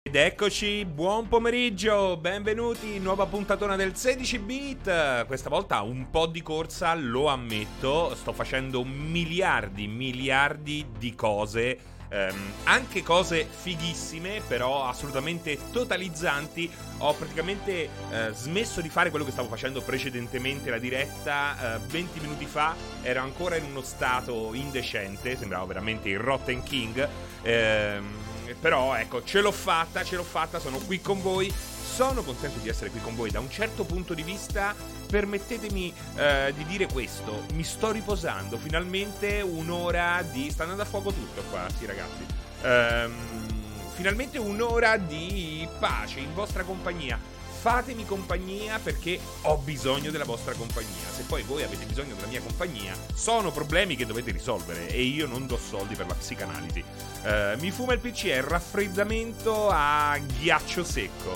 Ed eccoci, buon pomeriggio, benvenuti, nuova puntatona del 16-bit. Questa volta un po' di corsa, lo ammetto, sto facendo miliardi di cose, anche cose fighissime, però assolutamente totalizzanti. Ho praticamente smesso di fare quello che stavo facendo precedentemente, la diretta 20 minuti fa, ero ancora in uno stato indecente, sembravo veramente il Rotten King. Però ecco, ce l'ho fatta, sono qui con voi. Sono contento di essere qui con voi. Da un certo punto di vista, permettetemi di dire questo: mi sto riposando, finalmente un'ora di... sta andando a fuoco tutto qua, sì ragazzi. Finalmente un'ora di pace in vostra compagnia. Fatemi compagnia perché ho bisogno della vostra compagnia. Se poi voi avete bisogno della mia compagnia, sono problemi che dovete risolvere e io non do soldi per la psicanalisi. Mi fuma il PC, è raffreddamento a ghiaccio secco.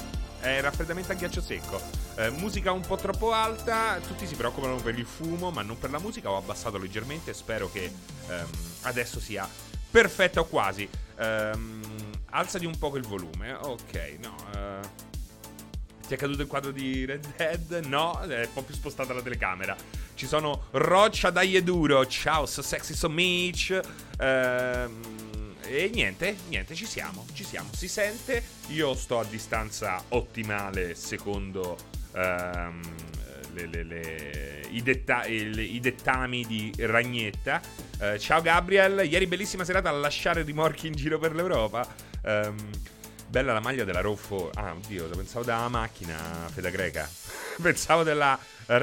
Musica un po' troppo alta. Tutti si preoccupano per il fumo, ma non per la musica. Ho abbassato leggermente, spero che adesso sia perfetta o quasi. Alzati un poco il volume. Ok, no. Ti è caduto il quadro di Red Dead? No, è un po' più spostata la telecamera. Ci sono Roccia Dai e Duro. Ciao, so sexy, so Mitch. E niente, ci siamo. Si sente. Io sto a distanza ottimale secondo i dettami di Ragnetta. Ciao Gabriel. Ieri bellissima serata a lasciare rimorchi in giro per l'Europa. Bella la maglia della Roffo. Ah, oddio, pensavo della macchina Feda Greca. Pensavo della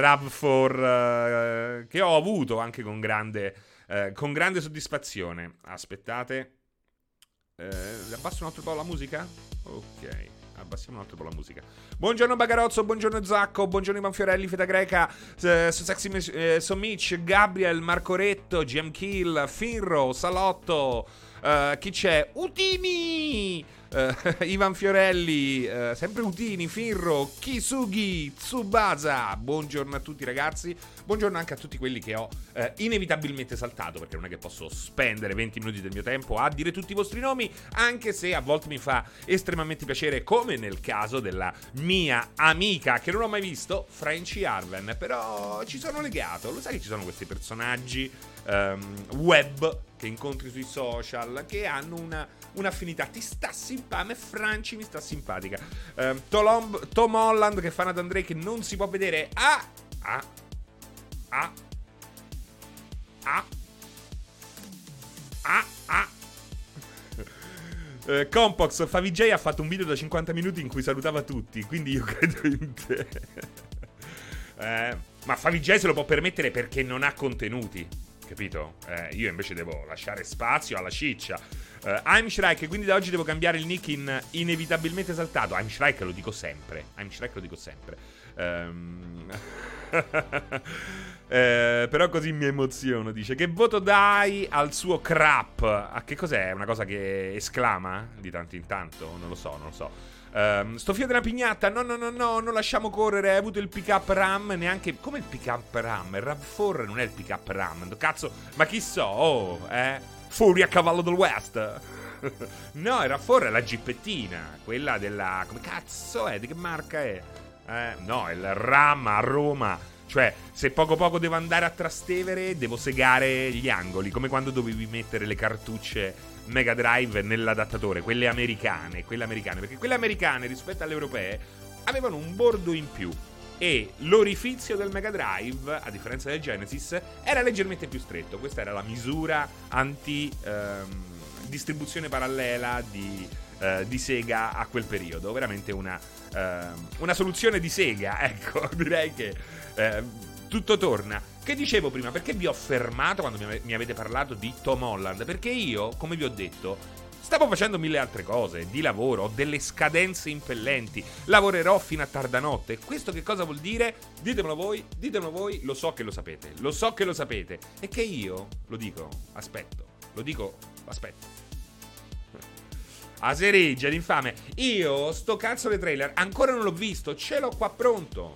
RAV4 che ho avuto anche con grande soddisfazione. Aspettate. Abbasso un altro po' la musica? Ok, abbassiamo un altro po' la musica. Buongiorno Bagarozzo, buongiorno Zacco, buongiorno Ivan Fiorelli, Feda Greca, Sexy Somic, Gabriel, Marco Retto, GM Kill, Finro, Salotto. Chi c'è? Utini! Ivan Fiorelli, sempre Utini, Finro, Kisugi, Tsubasa. Buongiorno a tutti ragazzi. Buongiorno anche a tutti quelli che ho inevitabilmente saltato, perché non è che posso spendere 20 minuti del mio tempo a dire tutti i vostri nomi, anche se a volte mi fa estremamente piacere, come nel caso della mia amica che non ho mai visto, Frenchy Arven. Però ci sono legato. Lo sai che ci sono questi personaggi web che incontri sui social che hanno un'affinità. Ti sta simpatico. A me Franci mi sta simpatica. Tom Holland che fa Nathan Drake non si può vedere. Compox Favij ha fatto un video da 50 minuti in cui salutava tutti, quindi io credo in te. Ma Favij se lo può permettere perché non ha contenuti, capito? Io invece devo lasciare spazio alla ciccia. I'm Shrike, quindi da oggi devo cambiare il nick in inevitabilmente esaltato. I'm Shrike lo dico sempre. Però così mi emoziono. Dice: che voto dai al suo crap? A che cos'è? Una cosa che esclama di tanto in tanto? Non lo so. Sto fio della pignatta. No, non lasciamo correre. Hai avuto il pick up RAM. Neanche. Come il pick up RAM? Il RAV4 non è il pick up RAM. Cazzo, ma chi so? Furia a cavallo del West. No, il RAV4 è la gippettina. Quella della. Come cazzo è? Di che marca è? No, il RAM a Roma. Cioè, se poco devo andare a Trastevere, devo segare gli angoli. Come quando dovevi mettere le cartucce Mega Drive nell'adattatore. Quelle americane. Perché quelle americane rispetto alle europee avevano un bordo in più. E l'orifizio del Mega Drive, a differenza del Genesis, era leggermente più stretto. Questa era la misura distribuzione parallela di Sega a quel periodo. Veramente una soluzione di Sega. Ecco, direi che tutto torna. Che dicevo prima? Perché vi ho fermato quando mi avete parlato di Tom Holland? Perché io, come vi ho detto, stavo facendo mille altre cose di lavoro, ho delle scadenze impellenti, lavorerò fino a tarda notte. Questo che cosa vuol dire? Ditemelo voi, lo so che lo sapete. E che io aspetto. Asereggia l'infame. Io sto cazzo di trailer ancora non l'ho visto. Ce l'ho qua pronto.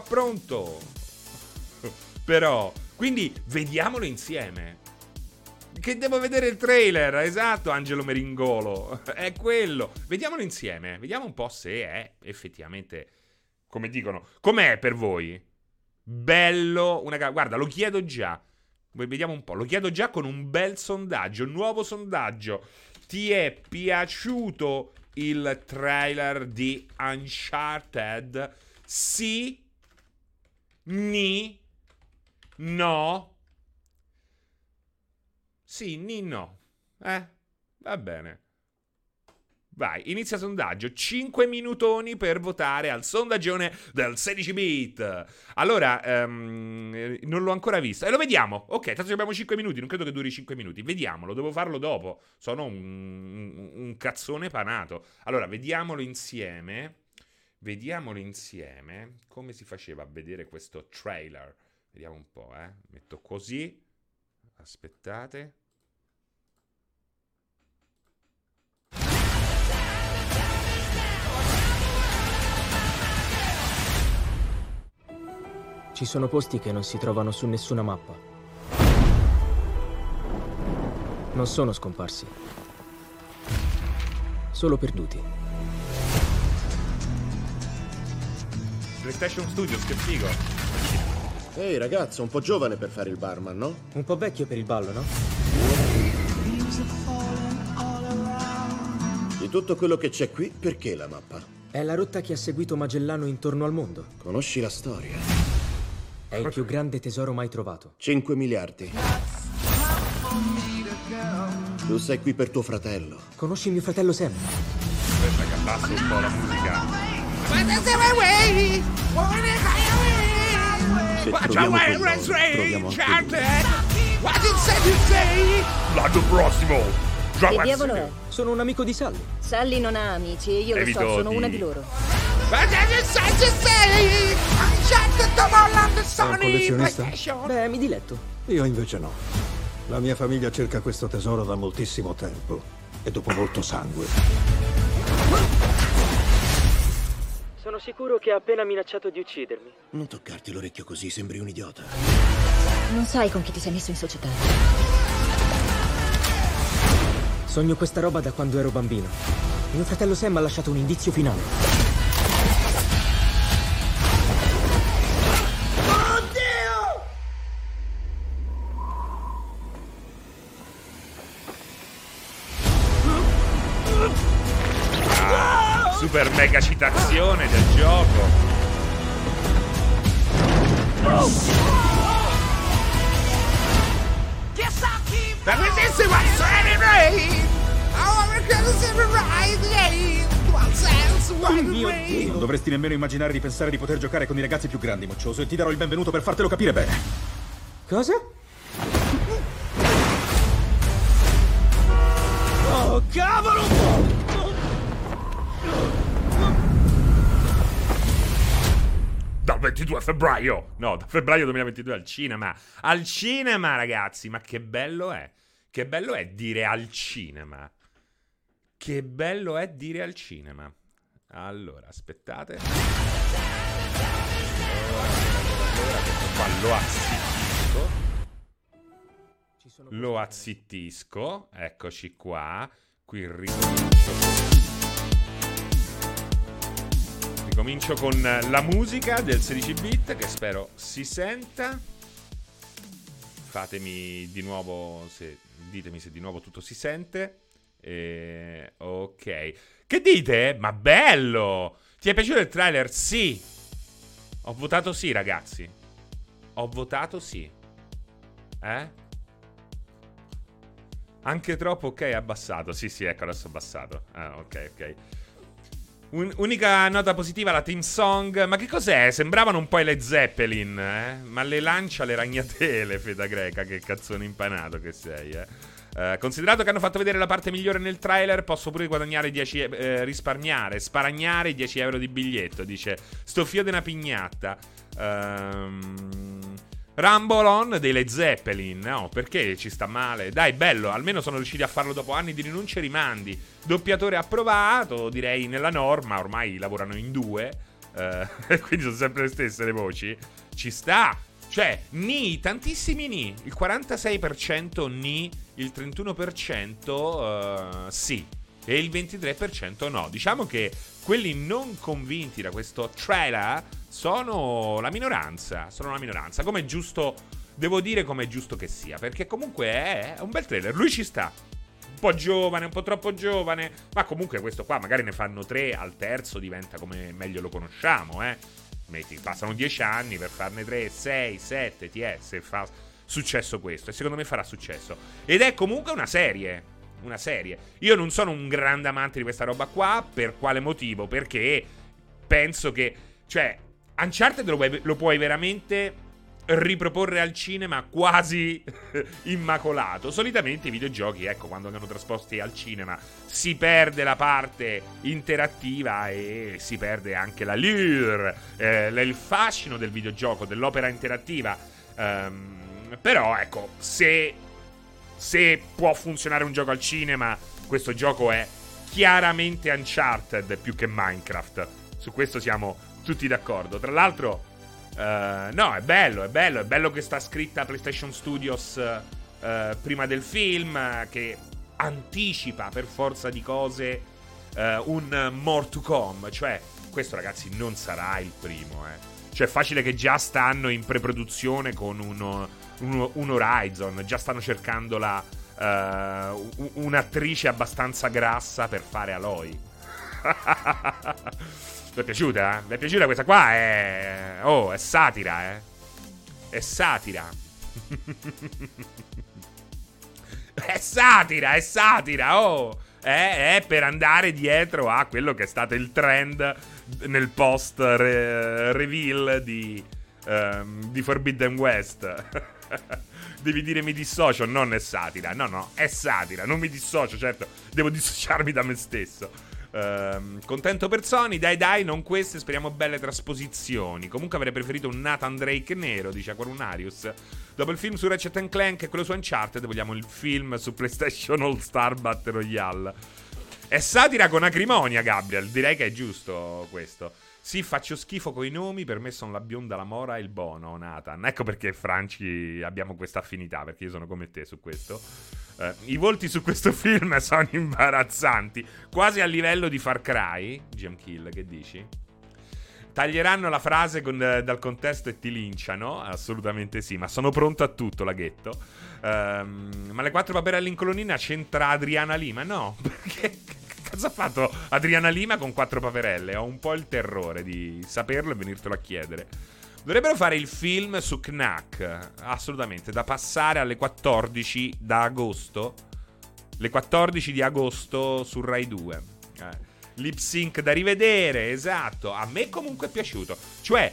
Però, quindi vediamolo insieme. Che devo vedere il trailer, esatto, Angelo Meringolo. È quello. Vediamolo insieme. Vediamo un po' se è effettivamente, come dicono, com'è per voi? Bello, guarda, lo chiedo già. Vediamo un po', lo chiedo già con un bel sondaggio, un nuovo sondaggio. Ti è piaciuto il trailer di Uncharted? Sì? Ni? No? Sì, ni, no. Va bene. Vai, inizia sondaggio. 5 minutoni per votare al sondaggione del 16 bit. Allora, non l'ho ancora visto. E lo vediamo. Ok, tanto abbiamo 5 minuti. Non credo che duri 5 minuti. Vediamolo, devo farlo dopo. Sono un cazzone panato. Allora, vediamolo insieme. Vediamolo insieme. Come si faceva a vedere questo trailer? Vediamo un po', Metto così. Aspettate. Ci sono posti che non si trovano su nessuna mappa. Non sono scomparsi. Solo perduti. PlayStation Studios, che figo. Ehi ragazzo, un po' giovane per fare il barman, no? Un po' vecchio per il ballo, no? Di tutto quello che c'è qui, perché la mappa? È la rotta che ha seguito Magellano intorno al mondo. Conosci la storia? È il più grande tesoro mai trovato. 5 miliardi. Tu sei qui per tuo fratello. Conosci mio fratello Sam? Aspetta che abbasso un po' la musica. Se troviamo quell'oro, troviamo anche lui. L'anno prossimo. Che diavolo è? Sono un amico di Sally. Sally non ha amici e io lo Evito so, sono di- una di loro. È un collezionista? Beh, mi diletto. Io invece no. La mia famiglia cerca questo tesoro da moltissimo tempo e dopo molto sangue. Sono sicuro che ha appena minacciato di uccidermi. Non toccarti l'orecchio così, sembri un idiota. Non sai con chi ti sei messo in società. Sogno questa roba da quando ero bambino. Mio fratello Sam ha lasciato un indizio finale. Super mega citazione del gioco. Non dovresti nemmeno immaginare di pensare di poter giocare con i ragazzi più grandi, moccioso, e ti darò il benvenuto per fartelo capire bene. Cosa? Oh, cavolo! Dal 22 febbraio. No, da febbraio 2022 al cinema. Al cinema, ragazzi. Ma che bello è. Che bello è dire al cinema. Che bello è dire al cinema. Allora, aspettate. Questo qua lo azzittisco. Eccoci qua. Qui ricomincio con la musica del 16 bit, che spero si senta. Fatemi di nuovo ditemi se di nuovo tutto si sente. Ok. Che dite? Ma bello! Ti è piaciuto il trailer? Sì. Ho votato sì, ragazzi. Ho votato sì. Anche troppo? Ok, abbassato. Sì, ecco, adesso ho abbassato. Ok. Unica nota positiva, la team song. Ma che cos'è? Sembravano un po' i Led Zeppelin, Ma le lancia le ragnatele, Feda Greca. Che cazzone impanato che sei, Considerato che hanno fatto vedere la parte migliore nel trailer, posso pure guadagnare 10 risparmiare, sparagnare 10 euro di biglietto. Dice sto fio di una pignatta. Rumble On dei Led Zeppelin. No, perché ci sta male? Dai, bello, almeno sono riusciti a farlo dopo anni di rinunce e rimandi. Doppiatore approvato, direi nella norma. Ormai lavorano in due, quindi sono sempre le stesse le voci. Ci sta. Cioè, ni, tantissimi ni. Il 46% ni, il 31% sì, e il 23% no. Diciamo che quelli non convinti da questo trailer sono la minoranza. Come è giusto, devo dire, come è giusto che sia, perché comunque è un bel trailer. Lui ci sta. Un po' giovane, un po' troppo giovane, ma comunque questo qua magari ne fanno 3, al terzo diventa come meglio lo conosciamo, passano 10 anni per farne 3, 6, 7, se fa successo questo, e secondo me farà successo. Ed è comunque una serie. Io non sono un grande amante di questa roba qua. Per quale motivo? Perché penso che, cioè, Uncharted lo puoi veramente riproporre al cinema quasi immacolato. Solitamente i videogiochi, ecco, quando vengono trasposti al cinema si perde la parte interattiva e si perde anche la lure, il fascino del videogioco, dell'opera interattiva. Però ecco, se può funzionare un gioco al cinema, questo gioco è chiaramente Uncharted più che Minecraft. Su questo siamo tutti d'accordo. Tra l'altro no, è bello che sta scritta PlayStation Studios prima del film, che anticipa per forza di cose un more to come. Cioè, questo, ragazzi, non sarà il primo, Cioè, è facile che già stanno in preproduzione con un Horizon. Già stanno cercando un'attrice abbastanza grassa per fare Aloy. Vi è piaciuta? Vi è piaciuta questa qua? È satira, È satira. È satira, È per andare dietro a quello che è stato il trend nel post reveal di Forbidden West. Devi dire mi dissocio, non è satira. No, è satira, non mi dissocio, certo. Devo dissociarmi da me stesso. Contento per Sony, dai, non queste, speriamo belle trasposizioni. Comunque avrei preferito un Nathan Drake nero, dice Aquarunarius. Dopo il film su Ratchet & Clank e quello su Uncharted, vogliamo il film su PlayStation All Star Battle Royale. È satira con acrimonia, Gabriel, direi che è giusto questo. Sì, faccio schifo coi nomi, per me sono la bionda, la mora e il bono, Nathan. Ecco perché, Franci, abbiamo questa affinità, perché io sono come te su questo. I volti su questo film sono imbarazzanti, quasi a livello di Far Cry. Jam Kill, che dici? Taglieranno la frase dal contesto e ti linciano? Assolutamente sì, ma sono pronto a tutto, laghetto. Ma le 4 paperelle in colonnina c'entra Adriana Lima? No, perché... Cosa ha fatto Adriana Lima con 4 paperelle? Ho un po' il terrore di saperlo e venirtelo a chiedere. Dovrebbero fare il film su Knack, assolutamente, da passare alle 14 da agosto. Le 14 di agosto su Rai 2. Lip sync da rivedere, esatto. A me comunque è piaciuto. Cioè,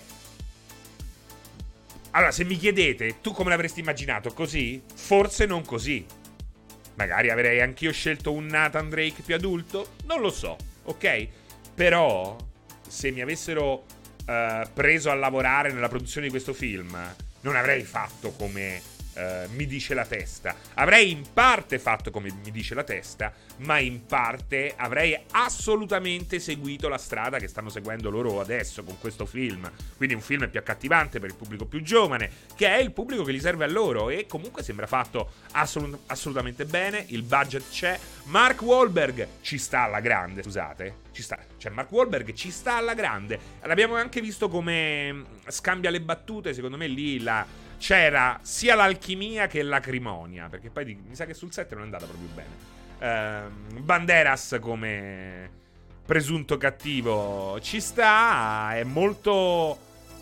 allora, se mi chiedete, tu come l'avresti immaginato? Così? Forse non così. Magari avrei anch'io scelto un Nathan Drake più adulto? Non lo so, ok? Però, se mi avessero preso a lavorare nella produzione di questo film, non avrei fatto come mi dice la testa. Avrei in parte fatto come mi dice la testa, ma in parte avrei assolutamente seguito la strada che stanno seguendo loro adesso con questo film. Quindi un film più accattivante per il pubblico più giovane, che è il pubblico che gli serve a loro, e comunque sembra fatto assolutamente bene. Il budget c'è. Mark Wahlberg ci sta alla grande, scusate, ci sta. Cioè, Mark Wahlberg ci sta alla grande. L'abbiamo anche visto come scambia le battute. Secondo me lì c'era sia l'alchimia che l'acrimonia, perché poi mi sa che sul set non è andata proprio bene. Banderas come presunto cattivo ci sta. È molto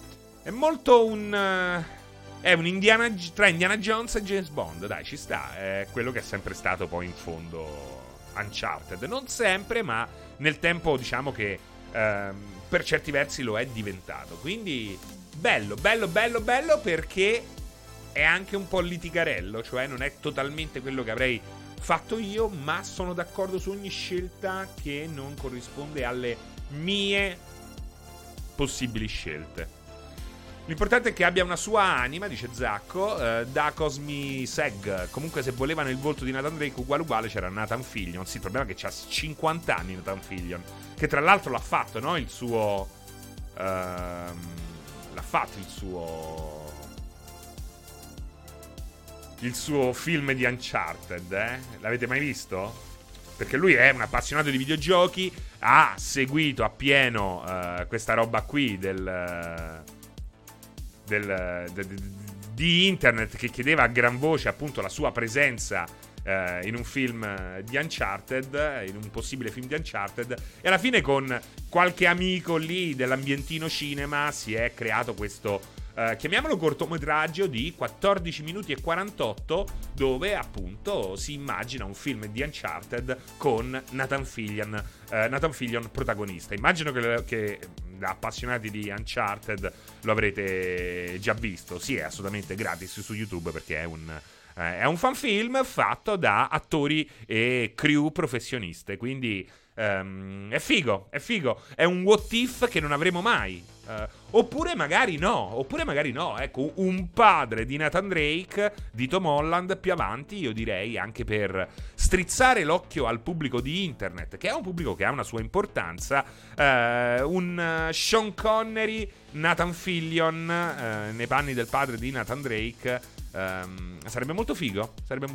un Indiana, tra Indiana Jones e James Bond. Dai, ci sta. È quello che è sempre stato poi in fondo Uncharted. Non sempre, ma nel tempo diciamo che per certi versi lo è diventato. Quindi bello, perché è anche un po' litigarello. Cioè non è totalmente quello che avrei fatto io, ma sono d'accordo su ogni scelta che non corrisponde alle mie possibili scelte. L'importante è che abbia una sua anima, dice Zacco. Da Cosmi Seg. Comunque, se volevano il volto di Nathan Drake uguale c'era Nathan Fillion. Sì, il problema è che c'ha 50 anni Nathan Fillion, che tra l'altro l'ha fatto, no? Il suo il suo film di Uncharted, L'avete mai visto? Perché lui è un appassionato di videogiochi, ha seguito appieno questa roba qui di internet, che chiedeva a gran voce appunto la sua presenza in un film di Uncharted, in un possibile film di Uncharted, e alla fine con qualche amico lì dell'ambientino cinema si è creato questo chiamiamolo cortometraggio di 14 minuti e 48, dove appunto si immagina un film di Uncharted con Nathan Fillion protagonista. Immagino che da appassionati di Uncharted lo avrete già visto. Sì, è assolutamente gratis su YouTube, perché è un fan film fatto da attori e crew professioniste, quindi è figo, è un what if che non avremo mai. Oppure magari no, ecco, un padre di Nathan Drake, di Tom Holland, più avanti, io direi, anche per strizzare l'occhio al pubblico di internet, che è un pubblico che ha una sua importanza, un Sean Connery, Nathan Fillion nei panni del padre di Nathan Drake, sarebbe molto figo.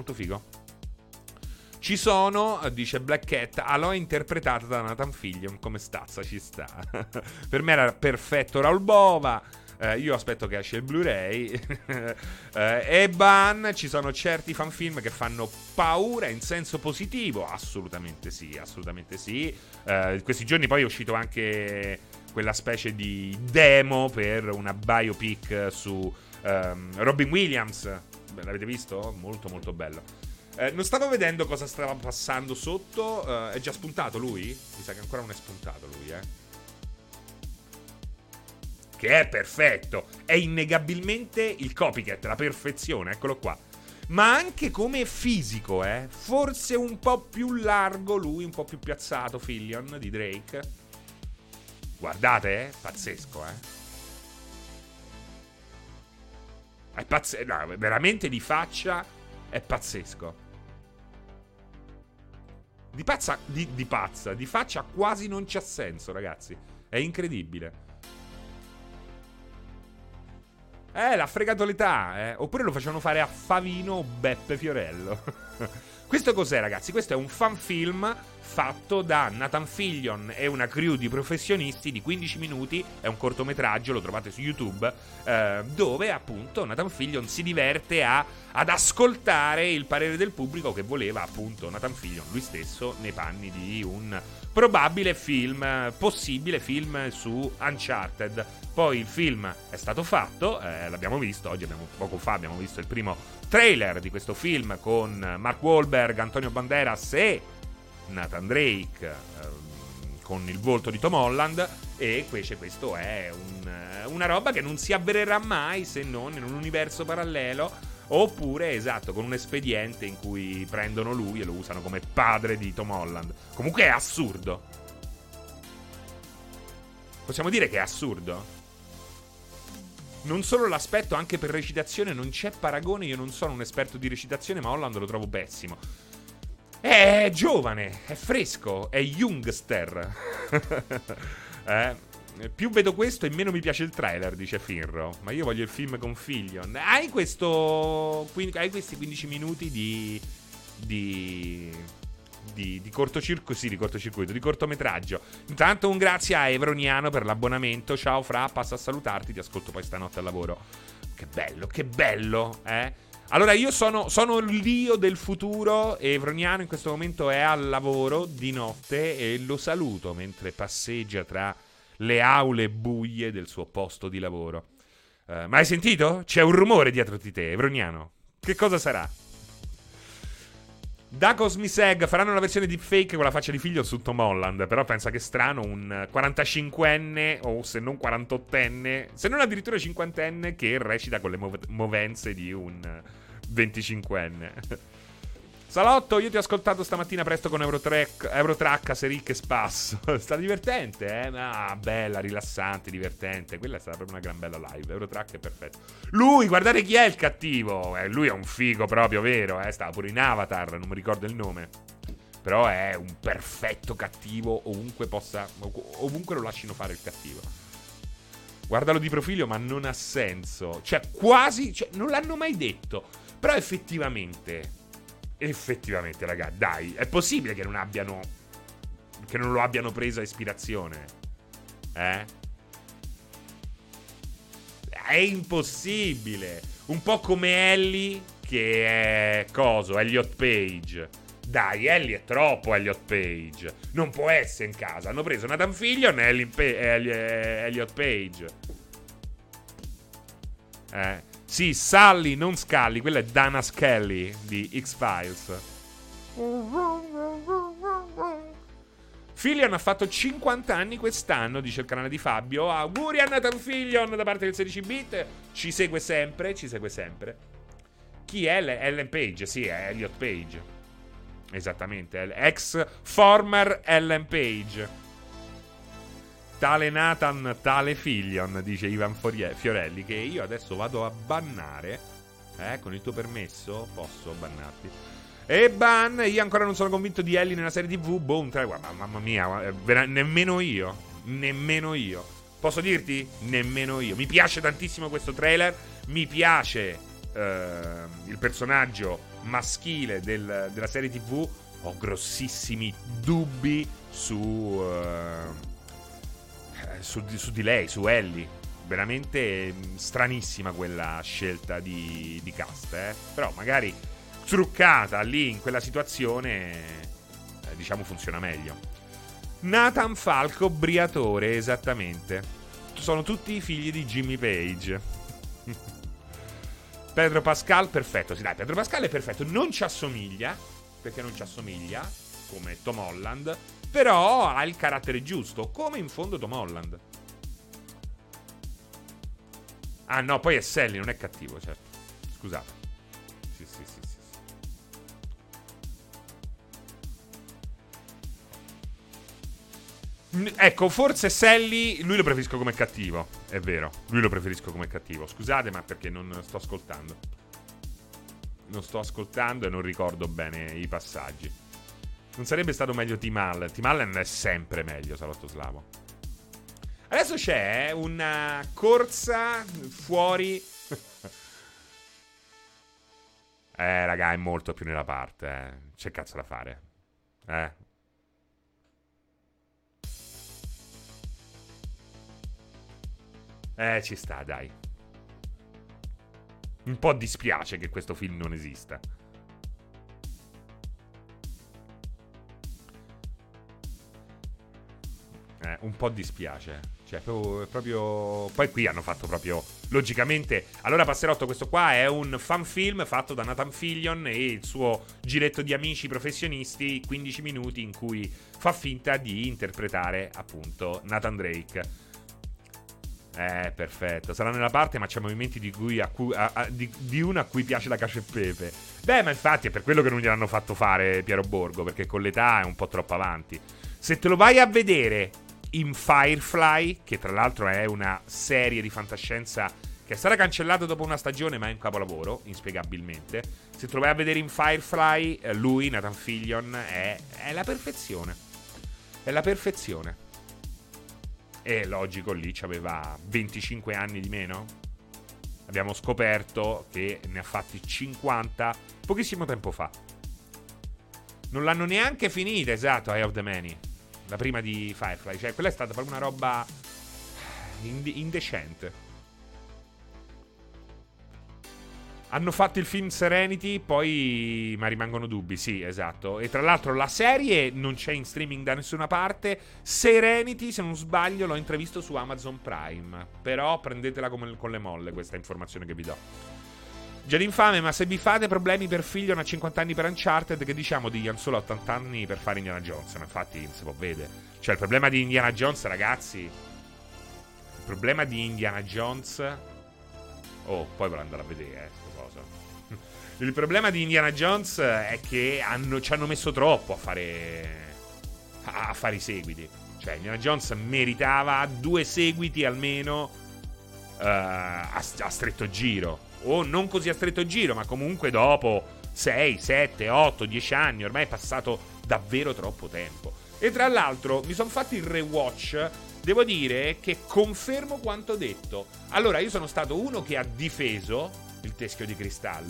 Ci sono, dice Black Cat, Aloy interpretata da Nathan Fillion come stazza, ci sta. Per me era perfetto Raul Bova. Io aspetto che esce il Blu-ray. E Ban, ci sono certi fanfilm che fanno paura in senso positivo. Assolutamente sì. Questi giorni poi è uscito anche quella specie di demo per una biopic su Robin Williams. L'avete visto? Molto molto bello. Non stavo vedendo cosa stava passando sotto. È già spuntato lui? Mi sa che ancora non è spuntato lui, Che è perfetto. È innegabilmente il copycat, la perfezione, eccolo qua. Ma anche come fisico, forse un po' più largo lui, un po' più piazzato Fillion di Drake. Guardate, pazzesco, È pazzesco, no, veramente di faccia è pazzesco. Di faccia quasi non c'ha senso, ragazzi. È incredibile. L'ha fregato l'età, Oppure lo facevano fare a Favino o Beppe Fiorello. Questo cos'è, ragazzi? Questo è un fanfilm fatto da Nathan Fillion e una crew di professionisti di 15 minuti. È un cortometraggio, lo trovate su YouTube, dove appunto Nathan Fillion si diverte ad ascoltare il parere del pubblico, che voleva appunto Nathan Fillion lui stesso nei panni di un probabile film, possibile film su Uncharted. Poi il film è stato fatto, l'abbiamo visto oggi, poco fa abbiamo visto il primo trailer di questo film con Mark Wahlberg, Antonio Banderas e Nathan Drake, con il volto di Tom Holland. E invece questo è una roba che non si avvererà mai se non in un universo parallelo, oppure, esatto, con un espediente in cui prendono lui e lo usano come padre di Tom Holland. Comunque è assurdo. Possiamo dire che è assurdo? Non solo l'aspetto, anche per recitazione non c'è paragone. Io non sono un esperto di recitazione, ma Holland lo trovo pessimo. È giovane, è fresco, è youngster. Più vedo questo e meno mi piace il trailer, dice Finro. Ma io voglio il film con Fillion. Hai questi 15 minuti di cortocircuito, di cortometraggio. Intanto un grazie a Evroniano per l'abbonamento. Ciao Fra, passo a salutarti, ti ascolto poi stanotte al lavoro. Che bello, Allora io sono l'io del futuro e Evroniano in questo momento è al lavoro di notte e lo saluto mentre passeggia tra le aule buie del suo posto di lavoro. Ma hai sentito? C'è un rumore dietro di te, Evroniano. Che cosa sarà? Da Cosmiseg faranno una versione deepfake con la faccia di figlio su Tom Holland. Però pensa che strano un 45enne, o se non 48enne, se non addirittura 50enne, che recita con le movenze di un 25enne. Salotto, io ti ho ascoltato stamattina presto con Eurotrack, Seric e Spasso. Sta divertente, bella, rilassante, divertente. Quella è stata proprio una gran bella live. Eurotrack è perfetto. Lui, guardate chi è il cattivo. Lui è un figo proprio, vero? Stava pure in Avatar, non mi ricordo il nome. Però è un perfetto cattivo ovunque lo lasciano fare il cattivo. Guardalo di profilo, ma non ha senso. Cioè, quasi, non l'hanno mai detto. Però effettivamente, raga, dai, è possibile che non lo abbiano preso a ispirazione? È impossibile. Un po' come Ellie, che è Elliot Page. Dai, Ellie è troppo Elliot Page. Non può essere in casa. Hanno preso Nathan Fillion e Elliot Page. Sì, Sally, non Scully. Quella è Dana Scully di X-Files. Fillion ha fatto 50 anni quest'anno, dice il canale di Fabio. Auguri a Nathan Fillion da parte del 16-bit. Ci segue sempre. Chi è? Ellen Page? Sì, è Elliot Page. Esattamente, former Ellen Page. Tale Nathan, tale Fillion, dice Ivan Fiorelli, che io adesso vado a bannare. Con il tuo permesso posso bannarti. E ban, io ancora non sono convinto di Ellie nella serie TV. Boom, mamma mia, nemmeno io. Posso dirti? Nemmeno io. Mi piace tantissimo questo trailer. Mi piace il personaggio maschile della serie TV. Ho grossissimi dubbi su di lei, su Ellie. Veramente stranissima quella scelta di cast, però magari truccata lì in quella situazione, diciamo, funziona meglio. Nathan Falco, Briatore, esattamente. Sono tutti figli di Jimmy Page. Pedro Pascal, perfetto. Sì, dai, Pedro Pascal è perfetto. Non ci assomiglia, perché non ci assomiglia come Tom Holland, però ha il carattere giusto, come in fondo Tom Holland. Ah no, poi è Sally, non è cattivo, certo. Scusate. Sì. Ecco, forse Sally, lui lo preferisco come cattivo. È vero, lui lo preferisco come cattivo. Scusate, ma perché non sto ascoltando. Non sto ascoltando e non ricordo bene i passaggi. Non sarebbe stato meglio Tim Allen? Tim Allen è sempre meglio, Salotto Slavo. Adesso c'è una corsa fuori. Raga, è molto più nella parte. C'è cazzo da fare. Ci sta, dai. Un po' dispiace che questo film non esista. Un po' dispiace. Cioè, proprio. Poi qui hanno fatto proprio. Logicamente. Allora, Passerotto, questo qua è un fan film fatto da Nathan Fillion e il suo giretto di amici professionisti. 15 minuti in cui fa finta di interpretare, appunto, Nathan Drake. Perfetto. Sarà nella parte, ma c'è movimenti di uno a cui piace la cacio e pepe. Beh, ma infatti è per quello che non gliel'hanno fatto fare Piero Borgo, perché con l'età è un po' troppo avanti. Se te lo vai a vedere in Firefly, che tra l'altro è una serie di fantascienza che è stata cancellata dopo una stagione, ma è un capolavoro, inspiegabilmente. Se te lo vai a vedere in Firefly, lui, Nathan Fillion, è la perfezione. È la perfezione. E logico, lì c'aveva 25 anni di meno. Abbiamo scoperto che ne ha fatti 50 pochissimo tempo fa. Non l'hanno neanche finita, esatto, Eye of the Many, la prima di Firefly. Cioè, quella è stata proprio una roba indecente. Hanno fatto il film Serenity, poi ma rimangono dubbi, sì, esatto. E tra l'altro la serie non c'è in streaming da nessuna parte. Serenity, se non sbaglio, l'ho intravisto su Amazon Prime. Però prendetela con le molle questa informazione che vi do. Già d'infame, ma se vi fate problemi per Fillion a 50 anni per Uncharted, che diciamo di Ian Solo a 80 anni per fare Indiana Jones? Ma infatti si può vedere. Cioè, il problema di Indiana Jones, ragazzi, il problema di Indiana Jones... Oh, poi ve lo andare a vedere, il problema di Indiana Jones è che ci hanno messo troppo a fare i seguiti. Cioè, Indiana Jones meritava 2 seguiti almeno a stretto giro. O non così a stretto giro, ma comunque dopo 6, 7, 8, 10 anni. Ormai è passato davvero troppo tempo. E tra l'altro mi sono fatto il rewatch. Devo dire che confermo quanto detto. Allora, io sono stato uno che ha difeso il Teschio di Cristallo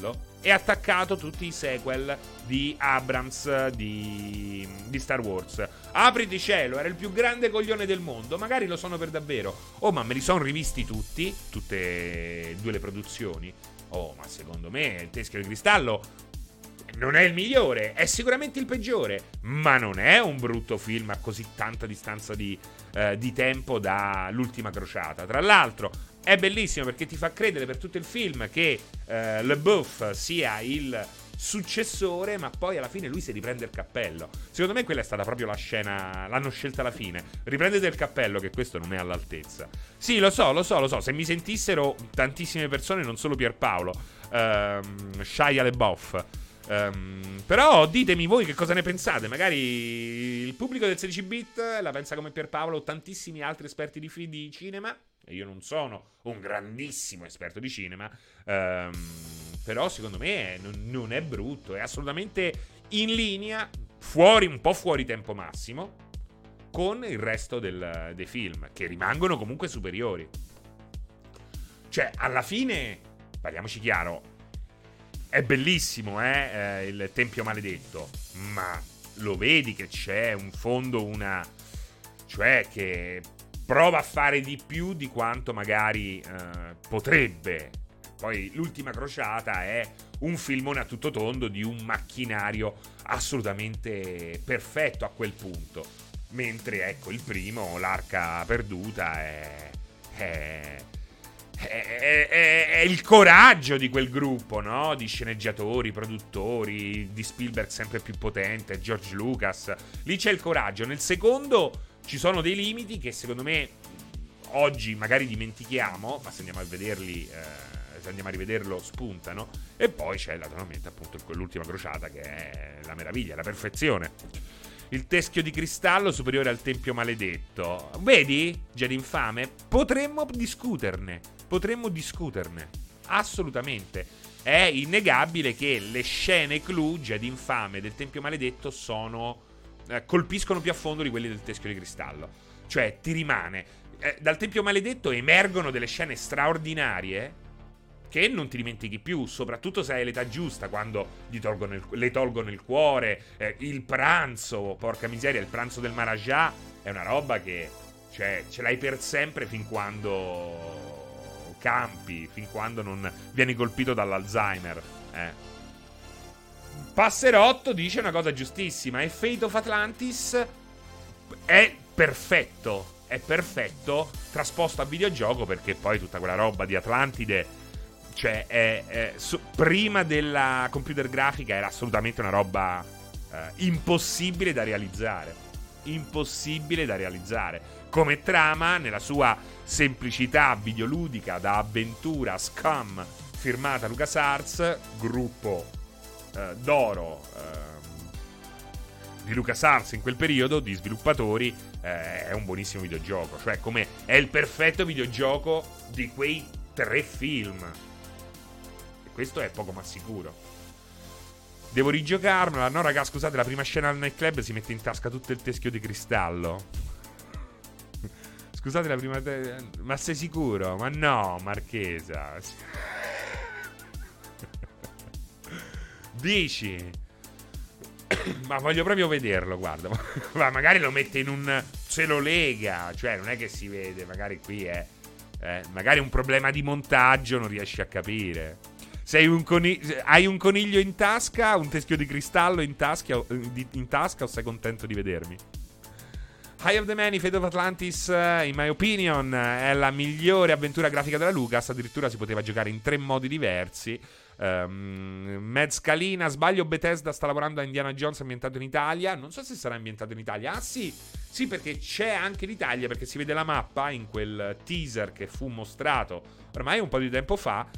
e attaccato tutti i sequel di Abrams di Star Wars. Apriti cielo, era il più grande coglione del mondo, magari lo sono per davvero. Oh, ma me li sono rivisti tutte e due le produzioni. Oh, ma secondo me il Teschio di Cristallo non è il migliore, è sicuramente il peggiore, ma non è un brutto film a così tanta distanza di tempo dall'Ultima Crociata. Tra l'altro è bellissimo perché ti fa credere per tutto il film che LeBouf sia il successore, ma poi alla fine lui si riprende il cappello. Secondo me quella è stata proprio la scena, l'hanno scelta alla fine. Riprendete il cappello, che questo non è all'altezza. Sì, lo so, se mi sentissero tantissime persone, non solo Pierpaolo, Shia LaBeouf. Però ditemi voi che cosa ne pensate. Magari il pubblico del 16-bit la pensa come Pierpaolo o tantissimi altri esperti di cinema. E io non sono un grandissimo esperto di cinema, però secondo me non è brutto. È assolutamente in linea, un po' fuori tempo massimo, con il resto dei film, che rimangono comunque superiori. Cioè, alla fine, parliamoci chiaro, è bellissimo, il Tempio Maledetto, ma lo vedi che c'è un fondo, cioè che prova a fare di più di quanto magari potrebbe. Poi l'Ultima Crociata è un filmone a tutto tondo di un macchinario assolutamente perfetto a quel punto. Mentre, ecco, il primo, l'Arca Perduta, è il coraggio di quel gruppo, no? Di sceneggiatori, produttori, di Spielberg sempre più potente, George Lucas. Lì c'è il coraggio. Nel secondo ci sono dei limiti che secondo me oggi magari dimentichiamo, ma se andiamo a vederli, se andiamo a rivederlo, spuntano. E poi c'è naturalmente appunto l'Ultima Crociata, che è la meraviglia, la perfezione. Il Teschio di Cristallo superiore al Tempio Maledetto. Vedi, Jedi Infame? Potremmo discuterne. Assolutamente. È innegabile che le scene clou, Jedi Infame, del Tempio Maledetto colpiscono più a fondo di quelli del Teschio di Cristallo. Cioè, ti rimane. Dal Tempio Maledetto emergono delle scene straordinarie che non ti dimentichi più, soprattutto se hai l'età giusta, quando le tolgono il cuore, il pranzo, porca miseria, il pranzo del Maharaja è una roba che, cioè, ce l'hai per sempre fin quando campi, fin quando non vieni colpito dall'Alzheimer. Passerotto dice una cosa giustissima, e Fate of Atlantis è perfetto trasposto a videogioco, perché poi tutta quella roba di Atlantide, cioè prima della computer grafica era assolutamente una roba impossibile da realizzare. Come trama, nella sua semplicità videoludica da avventura Scum, firmata LucasArts, gruppo d'oro di LucasArts in quel periodo, di sviluppatori, è un buonissimo videogioco. Cioè, come è il perfetto videogioco di quei 3 film. E questo è poco ma sicuro. Devo rigiocarmela. No, raga, scusate, la prima scena al nightclub si mette in tasca tutto il Teschio di Cristallo. Scusate, la prima... Ma sei sicuro? Ma no, Marchesa. Dici? Ma voglio proprio vederlo, guarda. Ma magari lo mette in un... se lo lega. Cioè, non è che si vede. Magari qui è... magari un problema di montaggio, non riesci a capire. Hai un coniglio in tasca, un Teschio di Cristallo in tasca, o sei contento di vedermi? Eye of the Man, Fate of Atlantis, in my opinion, è la migliore avventura grafica della Lucas. Addirittura si poteva giocare in 3 modi diversi. Mad Scalina, sbaglio, Bethesda sta lavorando a Indiana Jones ambientato in Italia. Non so se sarà ambientato in Italia. Ah sì, perché c'è anche l'Italia, perché si vede la mappa in quel teaser che fu mostrato ormai un po' di tempo fa.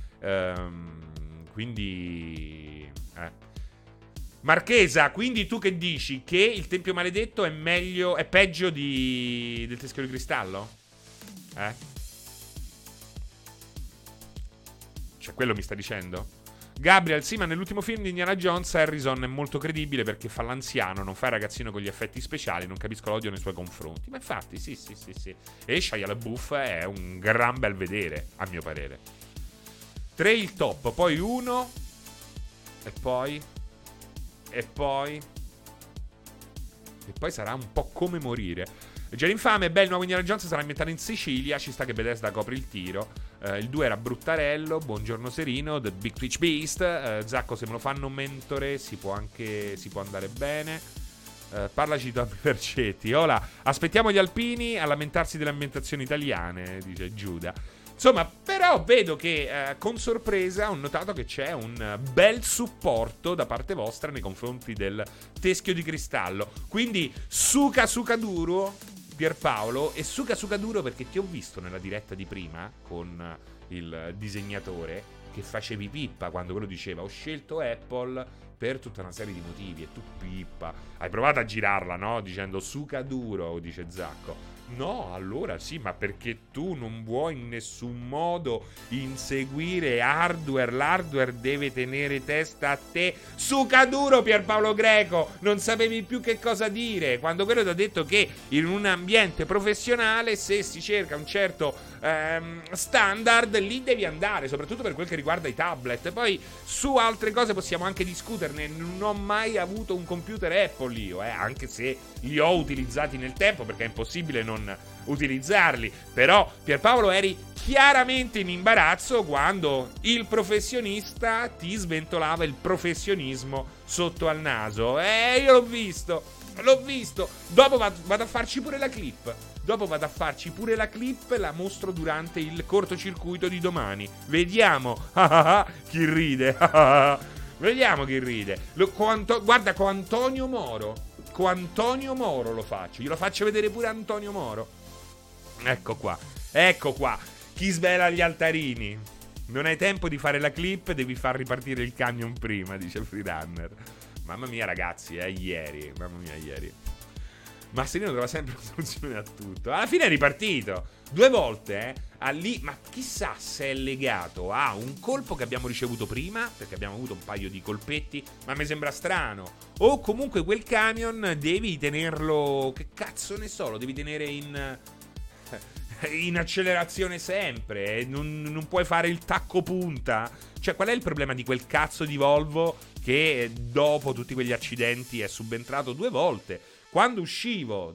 Quindi Marchesa, quindi tu che dici? Che il Tempio Maledetto è peggio del Teschio di Cristallo? Cioè, quello mi sta dicendo? Gabriel, sì, ma nell'ultimo film di Indiana Jones Harrison è molto credibile perché fa l'anziano, non fa il ragazzino con gli effetti speciali, non capisco l'odio nei suoi confronti. Ma infatti, sì. E Shia LaBeouf è un gran bel vedere, a mio parere. 3 il top, poi 1 E poi sarà un po' come morire. Già infame, beh, il nuovo Indiana Jones sarà ambientato in Sicilia. Ci sta che Bethesda copre il tiro. Il 2 era bruttarello. Buongiorno Serino, The Big Twitch Beast. Zacco, se me lo fanno mentore si può andare bene. Parlaci di Tommy Percetti. Ora aspettiamo gli alpini a lamentarsi delle ambientazioni italiane, dice Giuda. Insomma, però vedo che con sorpresa ho notato che c'è un bel supporto da parte vostra nei confronti del teschio di cristallo. Quindi suca duro, Pierpaolo, e suca duro perché ti ho visto nella diretta di prima con il disegnatore che facevi pippa quando quello diceva ho scelto Apple per tutta una serie di motivi e tu pippa. Hai provato a girarla, no? Dicendo suca duro, dice Zacco. No, allora sì, ma perché tu non vuoi in nessun modo inseguire hardware. L'hardware deve tenere testa a te. Suca duro, Pierpaolo Greco. Non sapevi più che cosa dire quando quello ti ha detto che in un ambiente professionale, se si cerca un certo standard, lì devi andare, soprattutto per quel che riguarda i tablet. Poi su altre cose possiamo anche discuterne. Non ho mai avuto un computer Apple io, anche se li ho utilizzati nel tempo, perché è impossibile non utilizzarli. Però Pierpaolo eri chiaramente in imbarazzo quando il professionista ti sventolava il professionismo sotto al naso. Io l'ho visto. Dopo vado a farci pure la clip. La mostro durante il cortocircuito di domani. Vediamo chi ride. Vediamo chi ride. Guarda, con Antonio Moro lo faccio. Glielo faccio vedere pure Antonio Moro. Ecco qua. Chi svela gli altarini. Non hai tempo di fare la clip, devi far ripartire il camion prima, dice Freerunner. Mamma mia, ragazzi, ieri. Ma Serino trova sempre una soluzione a tutto. Alla fine è ripartito 2 volte, lì. Ma chissà se è legato a un colpo che abbiamo ricevuto prima, perché abbiamo avuto un paio di colpetti, ma mi sembra strano. O comunque quel camion devi tenerlo, che cazzo ne so, lo devi tenere in accelerazione sempre. Non puoi fare il tacco punta. Cioè, qual è il problema di quel cazzo di Volvo che dopo tutti quegli accidenti è subentrato 2 volte? Quando uscivo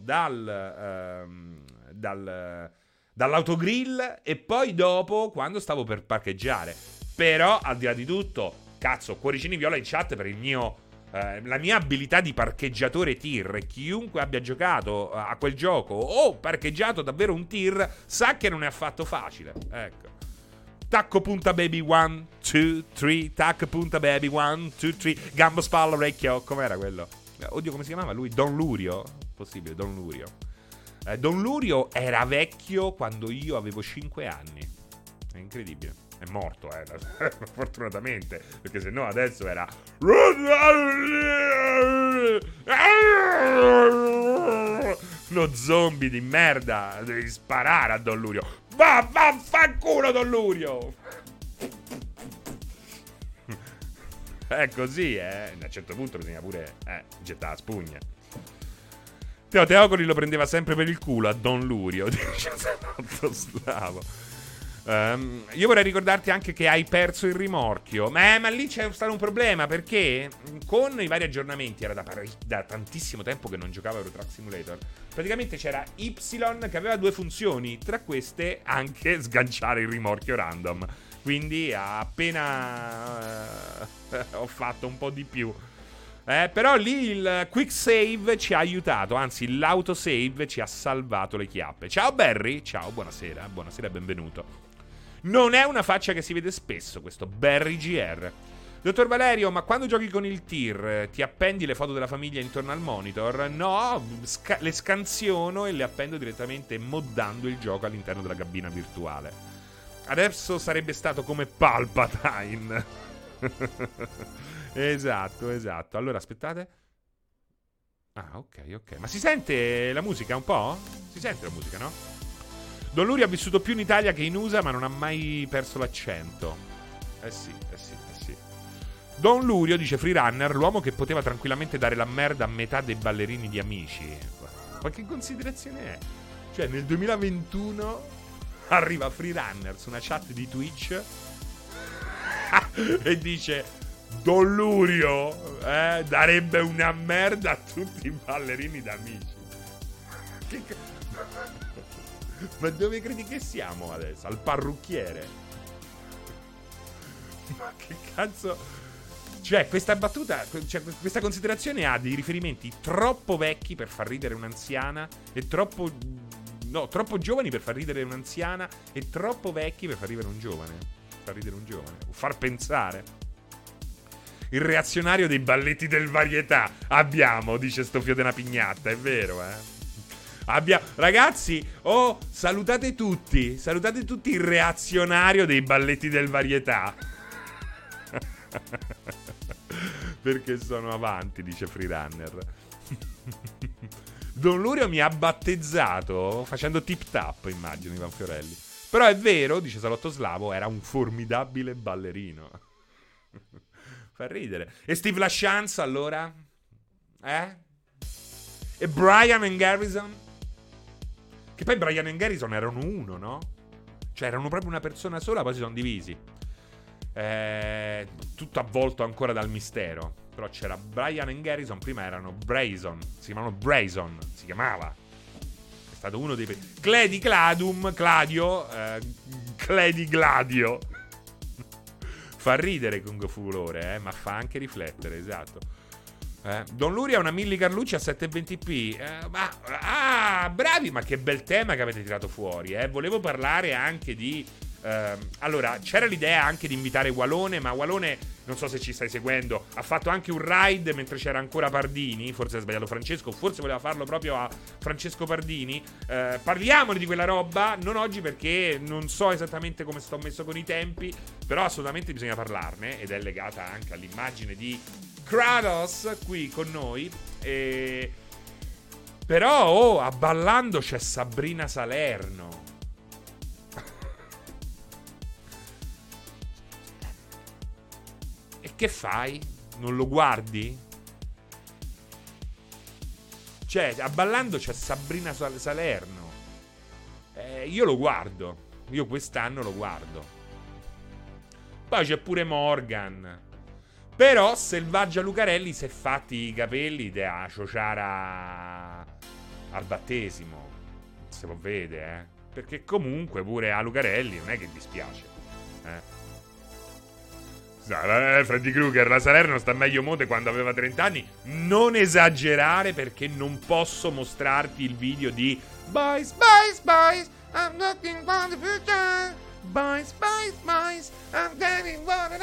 dall'autogrill e poi dopo quando stavo per parcheggiare. Però al di là di tutto, cazzo, cuoricini viola in chat per la mia abilità di parcheggiatore tir. Chiunque abbia giocato a quel gioco o parcheggiato davvero un tir sa che non è affatto facile. Ecco. Tacco punta baby 1, 2, 3. Tacco punta baby 1, 2, 3. Gambo spalla orecchio. Com'era quello? Oddio, come si chiamava lui? Don Lurio? Possibile, Don Lurio. Don Lurio era vecchio quando io avevo 5 anni. È incredibile. È morto, fortunatamente, perché sennò adesso era uno zombie di merda. Devi sparare a Don Lurio. Vaffanculo Don Lurio. È così, A un certo punto bisogna pure gettare la spugna. Teocoli lo prendeva sempre per il culo a Don Lurio. Slavo. Io vorrei ricordarti anche che hai perso il rimorchio. Ma lì c'è stato un problema, perché con i vari aggiornamenti era da tantissimo tempo che non giocavo a Euro Truck Simulator. Praticamente c'era Y che aveva 2 funzioni, tra queste anche sganciare il rimorchio random. Quindi appena ho fatto un po' di più. Però lì il quick save ci ha aiutato, anzi l'autosave ci ha salvato le chiappe. Ciao Barry, ciao, buonasera e benvenuto. Non è una faccia che si vede spesso questo Barry GR. Dottor Valerio, ma quando giochi con il tir ti appendi le foto della famiglia intorno al monitor? No, le scansiono e le appendo direttamente moddando il gioco all'interno della cabina virtuale. Adesso sarebbe stato come Palpatine. Esatto. Allora, aspettate. Ok. Ma si sente la musica un po'? Si sente la musica, no? Don Lurio ha vissuto più in Italia che in USA, ma non ha mai perso l'accento. Eh sì. Don Lurio, dice Freerunner, l'uomo che poteva tranquillamente dare la merda a metà dei ballerini di Amici. Ma che considerazione è? Cioè, nel 2021... arriva Freerunner su una chat di Twitch e dice Don Lurio darebbe una merda a tutti i ballerini d'Amici. Ma dove credi che siamo adesso? Al parrucchiere? Ma che cazzo? Cioè, questa battuta, cioè, questa considerazione ha dei riferimenti troppo vecchi per far ridere un'anziana e troppo giovani per far ridere un'anziana e troppo vecchi per far ridere un giovane. O far pensare. Il reazionario dei balletti del varietà. Abbiamo, dice sto fio della pignatta, è vero, Ragazzi, salutate tutti il reazionario dei balletti del varietà. Perché sono avanti, dice Freerunner. Don Lurio mi ha battezzato facendo tip tap, immagino, Ivan Fiorelli. Però è vero, dice Salotto Slavo, era un formidabile ballerino. Fa ridere. E Steve LaChance, allora? E Brian e Garrison? Che poi Brian e Garrison erano uno, no? Cioè erano proprio una persona sola, poi si sono divisi. Tutto avvolto ancora dal mistero. Però c'era Brian e Garrison, prima erano Brayson. Si chiamavano Brayson, si chiamava. È stato uno dei Cladi Gladio. Fa ridere Kung Fu Lore, ma fa anche riflettere, esatto. Don Luria è una Milli Carlucci a 720p. Bravi, ma che bel tema che avete tirato fuori. Volevo parlare anche di allora, c'era l'idea anche di invitare Walone, ma Walone, non so se ci stai seguendo, ha fatto anche un ride mentre c'era ancora Pardini. Forse ha sbagliato Francesco, forse voleva farlo proprio a Francesco Pardini. Parliamone di quella roba, non oggi perché non so esattamente come sto messo con i tempi, però assolutamente bisogna parlarne, ed è legata anche all'immagine di Kratos qui con noi. Però a Ballando c'è Sabrina Salerno. E che fai? Non lo guardi? Cioè, a Ballando c'è Sabrina Salerno. Io lo guardo. Io quest'anno lo guardo. Poi c'è pure Morgan. Però Selvaggia Lucarelli si è fatti i capelli da Ciociara al battesimo. Non si può vedere, Perché comunque pure a Lucarelli non è che dispiace. Freddy Krueger, la Salerno sta meglio mode quando aveva 30 anni. Non esagerare, perché non posso mostrarti il video di Boys, I'm looking for the future. Boys, I'm getting water.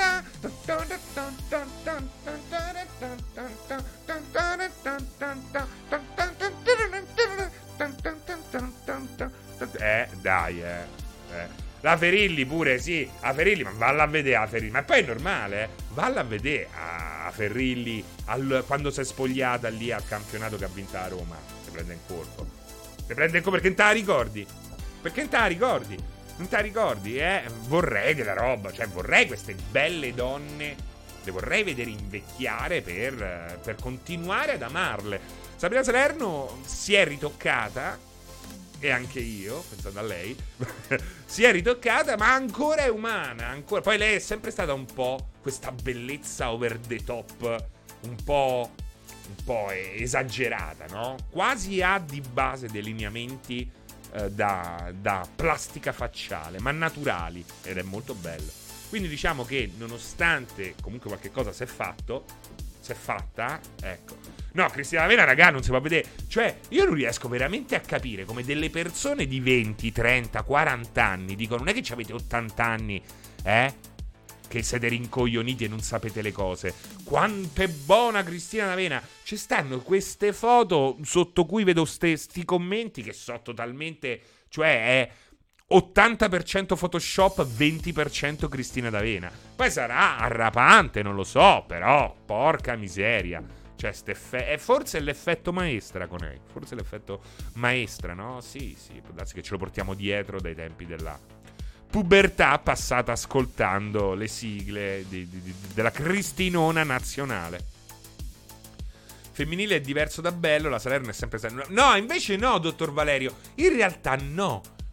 Dai, La Ferilli pure, sì, a Ferilli, ma valla a vedere a Ferilli. Ma poi è normale, Valla a vedere a Ferilli quando si è spogliata lì al campionato che ha vinto a Roma. Si prende in colpo. Perché non te la ricordi? Perché non te la ricordi? Non te la ricordi, Vorrei che la roba, cioè vorrei queste belle donne, le vorrei vedere invecchiare per continuare ad amarle. Sabrina Salerno si è ritoccata, e anche io, pensando a lei, si è ritoccata, ma ancora è umana, ancora. Poi lei è sempre stata un po' questa bellezza over the top, un po' esagerata, no? Quasi ha di base dei lineamenti da plastica facciale, ma naturali, ed è molto bello. Quindi diciamo che nonostante comunque qualche cosa si è fatta, ecco. No, Cristina D'Avena, raga, non si può vedere. Cioè, io non riesco veramente a capire come delle persone di 20, 30, 40 anni dicono: non è che ci avete 80 anni, che siete rincoglioniti e non sapete le cose. Quanto è buona Cristina D'Avena. Ci stanno queste foto sotto cui vedo sti commenti che so totalmente, cioè è 80% Photoshop, 20% Cristina D'Avena. Poi sarà arrapante, non lo so, però porca miseria. Cioè, forse è l'effetto maestra con lei. Forse è l'effetto maestra, no? Sì, può darsi che ce lo portiamo dietro dai tempi della pubertà passata ascoltando le sigle della Cristinona nazionale. Femminile è diverso da bello, la Salerno è sempre... No, invece no, dottor Valerio. In realtà no.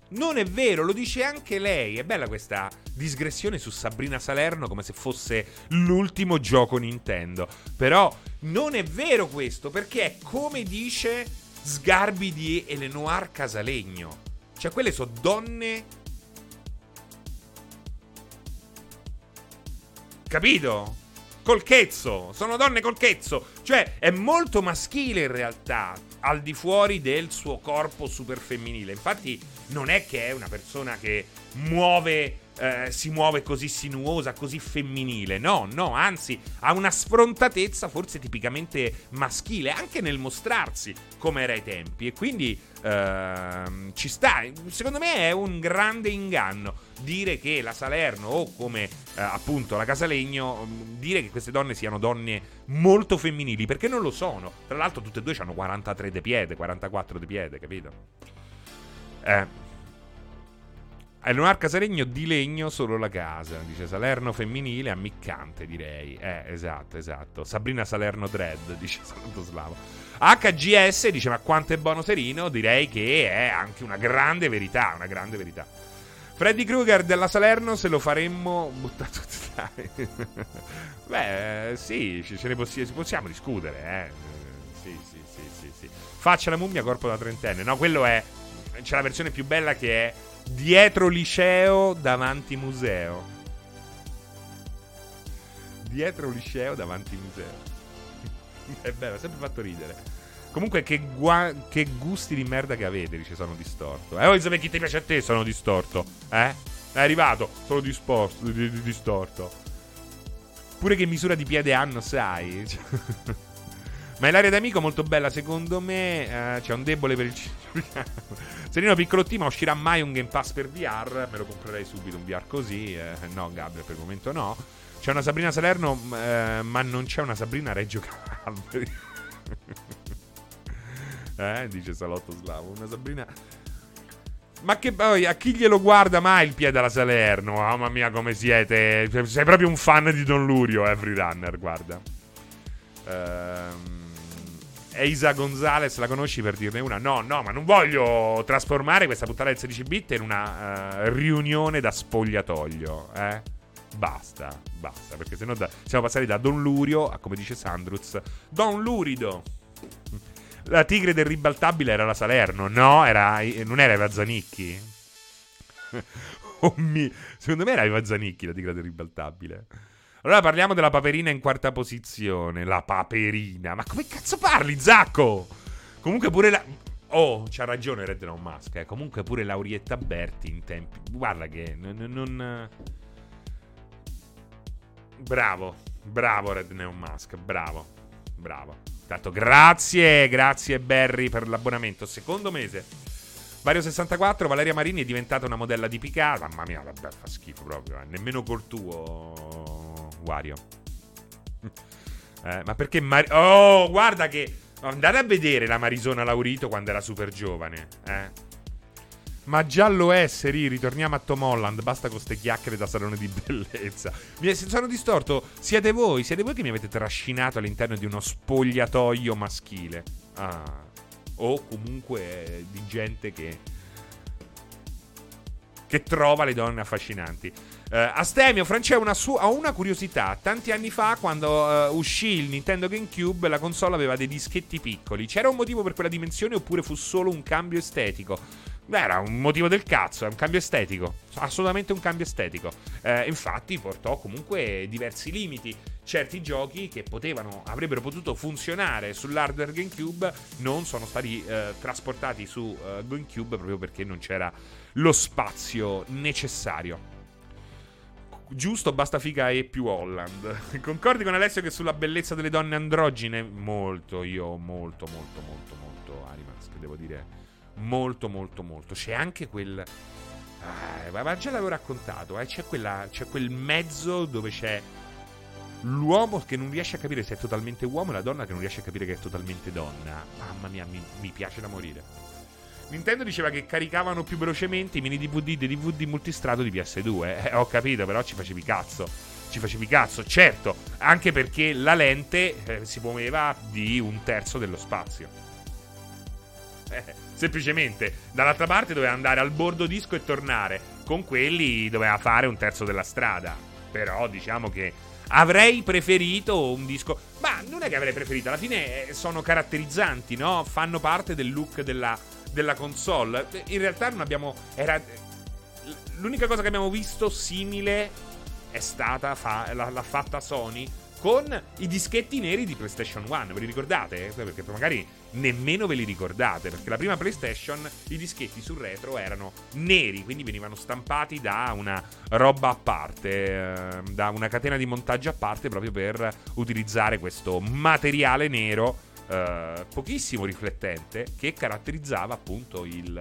Non è vero, lo dice anche lei. È bella questa digressione su Sabrina Salerno come se fosse l'ultimo gioco Nintendo. Però non è vero questo, perché è come dice Sgarbi di Elenoir Casalegno. Cioè, quelle sono donne... Capito? Col chezzo. Sono donne col chezzo. Cioè, è molto maschile in realtà, al di fuori del suo corpo super femminile. Infatti non è che è una persona che si muove così sinuosa, così femminile. No, anzi, ha una sfrontatezza forse tipicamente maschile, anche nel mostrarsi come era ai tempi. E quindi ci sta. Secondo me è un grande inganno dire che la Salerno o come appunto la Casalegno, dire che queste donne siano donne molto femminili, perché non lo sono. Tra l'altro tutte e due hanno 43 di piede, 44 di piede, capito? Elenoir Casalegno di legno solo la casa, dice Salerno femminile ammiccante, direi. Esatto. Sabrina Salerno Dread, dice Salotoslavo. HGS dice ma quanto è buono Serino, direi che è anche una grande verità, Freddy Krueger della Salerno se lo faremmo buttato dai. Beh, sì, possiamo discutere, Sì. Faccia la mummia, corpo da trentenne. No, quello è... C'è la versione più bella che è dietro liceo, davanti museo. Dietro liceo, davanti museo. È bello, ha sempre fatto ridere. Comunque, che gusti di merda che avete, dice Sono Distorto. Voglio sapere chi ti piace a te, Sono Distorto. È arrivato, sono distorto. Pure che misura di piede hanno, sai? Ma è l'area d'amico molto bella, secondo me. C'è un debole per il cinema. Serino Piccolotti, ma uscirà mai un Game Pass per VR? Me lo comprerei subito un VR così. No, Gabriel, per il momento no. C'è una Sabrina Salerno, ma non c'è una Sabrina Reggio Calabria. Dice Salotto Slavo. Una Sabrina... Ma che poi a chi glielo guarda mai il piede alla Salerno? Mamma mia, come siete. Sei proprio un fan di Don Lurio, Freerunner, guarda. Eisa Gonzalez, la conosci, per dirne una? No, ma non voglio trasformare questa puntata del 16 bit in una riunione da spogliatoio, Basta, perché sennò siamo passati da Don Lurio a, come dice Sandruz, Don Lurido. La tigre del ribaltabile era la Salerno. No, non era Eva Zanicchi. Secondo me era Eva Zanicchi la tigre del ribaltabile. Allora parliamo della Paperina in quarta posizione. La Paperina. Ma come cazzo parli, Zacco? Comunque pure la... Oh, c'ha ragione Red Neon Mask. Comunque pure Laurietta Berti in tempi... Guarda che non... Bravo Red Neon Mask. Bravo. Tanto grazie Barry per l'abbonamento. Secondo mese. Vario 64, Valeria Marini è diventata una modella di Picard. Mamma mia, vabbè, fa schifo proprio. Nemmeno col tuo Wario. Ma perché Oh, guarda che... Andate a vedere la Marisona Laurito quando era super giovane. Ma già lo è, Seri. Ritorniamo a Tom Holland. Basta con ste chiacchiere da salone di bellezza. Sono distorto. Siete voi che mi avete trascinato all'interno di uno spogliatoio maschile. O comunque di gente che trova le donne affascinanti. Astemio, Francesco ha una curiosità. Tanti anni fa, quando uscì il Nintendo GameCube, la console aveva dei dischetti piccoli. C'era un motivo per quella dimensione oppure fu solo un cambio estetico? Beh, era un motivo del cazzo, è un cambio estetico. Assolutamente un cambio estetico. Infatti portò comunque diversi limiti. Certi giochi che avrebbero potuto funzionare sull'hardware GameCube non sono stati trasportati su GameCube proprio perché non c'era lo spazio necessario. Giusto, basta figa e più Holland. Concordi con Alessio che sulla bellezza delle donne androgine? Molto Animask, devo dire. Molto. C'è anche quel... ma già l'avevo raccontato. C'è quel mezzo dove c'è l'uomo che non riesce a capire se è totalmente uomo e la donna che non riesce a capire che è totalmente donna. Mamma mia, mi piace da morire. Nintendo diceva che caricavano più velocemente i mini DVD dei DVD multistrato di PS2. Ho capito, però ci facevi cazzo, certo. Anche perché la lente si muoveva di un terzo dello spazio. Semplicemente dall'altra parte doveva andare al bordo disco e tornare. Con quelli doveva fare un terzo della strada. Però diciamo che avrei preferito un disco. Ma non è che avrei preferito, alla fine sono caratterizzanti, no? Fanno parte del look della console. In realtà non abbiamo. L'unica cosa che abbiamo visto simile è stata l'ha fatta Sony con i dischetti neri di PlayStation 1. Ve li ricordate? Perché magari nemmeno ve li ricordate, perché la prima PlayStation i dischetti sul retro erano neri, quindi venivano stampati da una roba a parte, da una catena di montaggio a parte, proprio per utilizzare questo materiale nero pochissimo riflettente che caratterizzava appunto i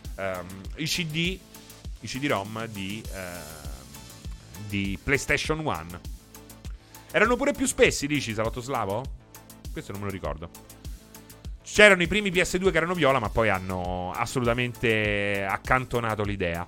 CD-ROM di PlayStation 1. Erano pure più spessi, dici, Salotto Slavo? Questo non me lo ricordo. C'erano i primi PS2 che erano viola, ma poi hanno assolutamente accantonato l'idea.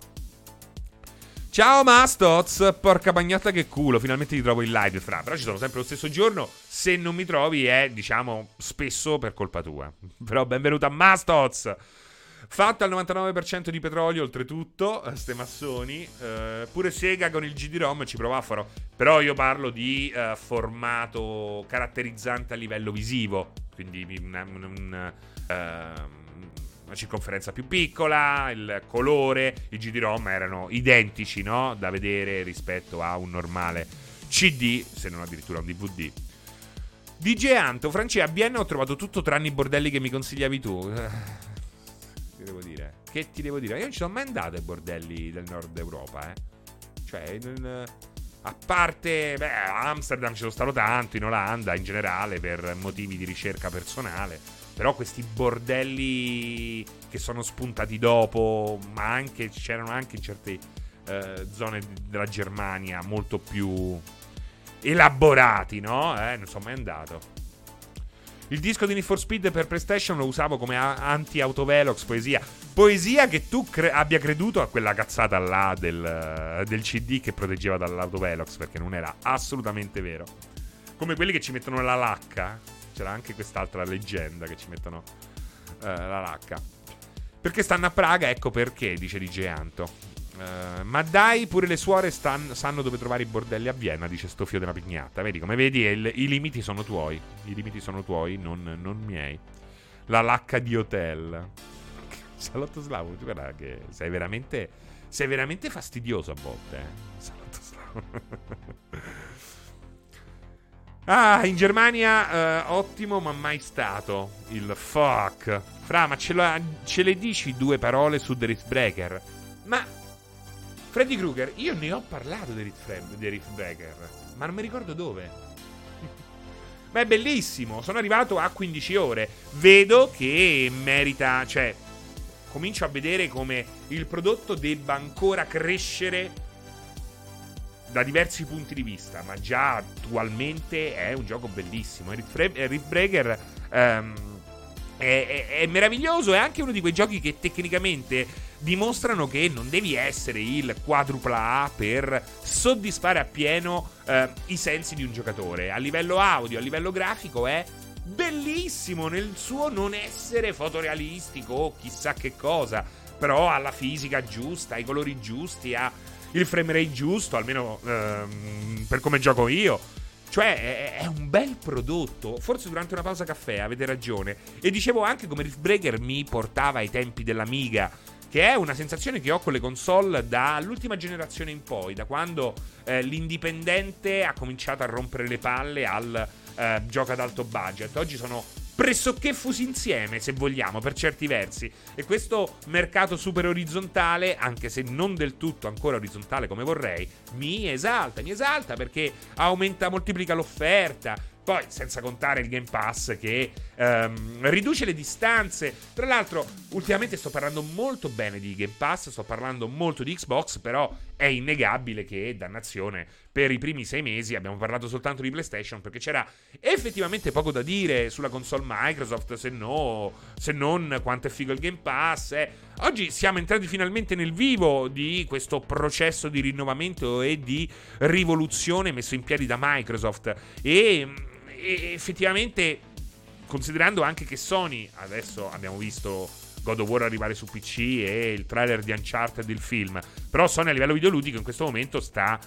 Ciao Mastoz, porca bagnatta che culo, finalmente ti trovo in live, fra. Però ci sono sempre lo stesso giorno, se non mi trovi è, diciamo, spesso per colpa tua. Però benvenuto a Mastoz. Fatto al 99% di petrolio, oltretutto, ste massoni. Pure Sega con il GD-ROM ci provafano. Però io parlo di formato caratterizzante a livello visivo. Quindi una circonferenza più piccola, il colore. I GD-ROM erano identici, no? Da vedere rispetto a un normale CD, se non addirittura un DVD. DJ Anto, Francia, a Vienna ho trovato tutto tranne i bordelli che mi consigliavi tu. Devo dire? Che ti devo dire? Io non ci sono mai andato ai bordelli del nord Europa, Cioè, a parte a Amsterdam ci sono stato tanto, in Olanda in generale per motivi di ricerca personale. Però questi bordelli che sono spuntati dopo, ma anche c'erano anche in certe zone della Germania molto più elaborati, no? Non sono mai andato. Il disco di Need for Speed per PlayStation lo usavo come anti-autovelox poesia. Poesia che tu abbia creduto a quella cazzata là del CD che proteggeva dall'autovelox, perché non era assolutamente vero. Come quelli che ci mettono la lacca. C'era anche quest'altra leggenda che ci mettono la lacca. Perché stanno a Praga, ecco perché, dice DJ Anto. Ma dai, pure le suore sanno dove trovare i bordelli a Vienna, dice sto fio della pignatta. Vedi, come vedi, i limiti sono tuoi. I limiti sono tuoi, non miei. La lacca di hotel. Salotto Slavo, tu guarda che sei veramente fastidioso a volte, Salotto Slavo. In Germania ottimo, ma mai stato. Il fuck. Fra, ma ce le dici due parole su The Riftbreaker? Ma Freddy Krueger, io ne ho parlato di Riftbreaker, ma non mi ricordo dove. Ma è bellissimo. Sono arrivato a 15 ore. Vedo che merita, cioè, comincio a vedere come il prodotto debba ancora crescere da diversi punti di vista, ma già attualmente è un gioco bellissimo. Riftbreaker è meraviglioso. È anche uno di quei giochi che tecnicamente dimostrano che non devi essere il quadrupla A per soddisfare appieno i sensi di un giocatore. A livello audio, a livello grafico è bellissimo nel suo non essere fotorealistico o chissà che cosa, però ha la fisica giusta, ha i colori giusti, ha il frame rate giusto, almeno per come gioco io. Cioè è un bel prodotto. Forse durante una pausa caffè avete ragione. E dicevo anche come Riftbreaker mi portava ai tempi dell'Amiga, che è una sensazione che ho con le console dall'ultima generazione in poi, da quando l'indipendente ha cominciato a rompere le palle al gioco ad alto budget. Oggi sono pressoché fusi insieme, se vogliamo, per certi versi. E questo mercato super orizzontale, anche se non del tutto ancora orizzontale come vorrei, mi esalta perché moltiplica l'offerta. Poi, senza contare il Game Pass che riduce le distanze. Tra l'altro, ultimamente sto parlando molto bene di Game Pass, sto parlando molto di Xbox, però è innegabile che, dannazione, per i primi 6 mesi abbiamo parlato soltanto di PlayStation, perché c'era effettivamente poco da dire sulla console Microsoft, se non quanto è figo il Game Pass. Oggi siamo entrati finalmente nel vivo di questo processo di rinnovamento e di rivoluzione messo in piedi da Microsoft. E effettivamente, considerando anche che Sony, adesso abbiamo visto God of War arrivare su PC e il trailer di Uncharted, il film. Però Sony a livello videoludico in questo momento sta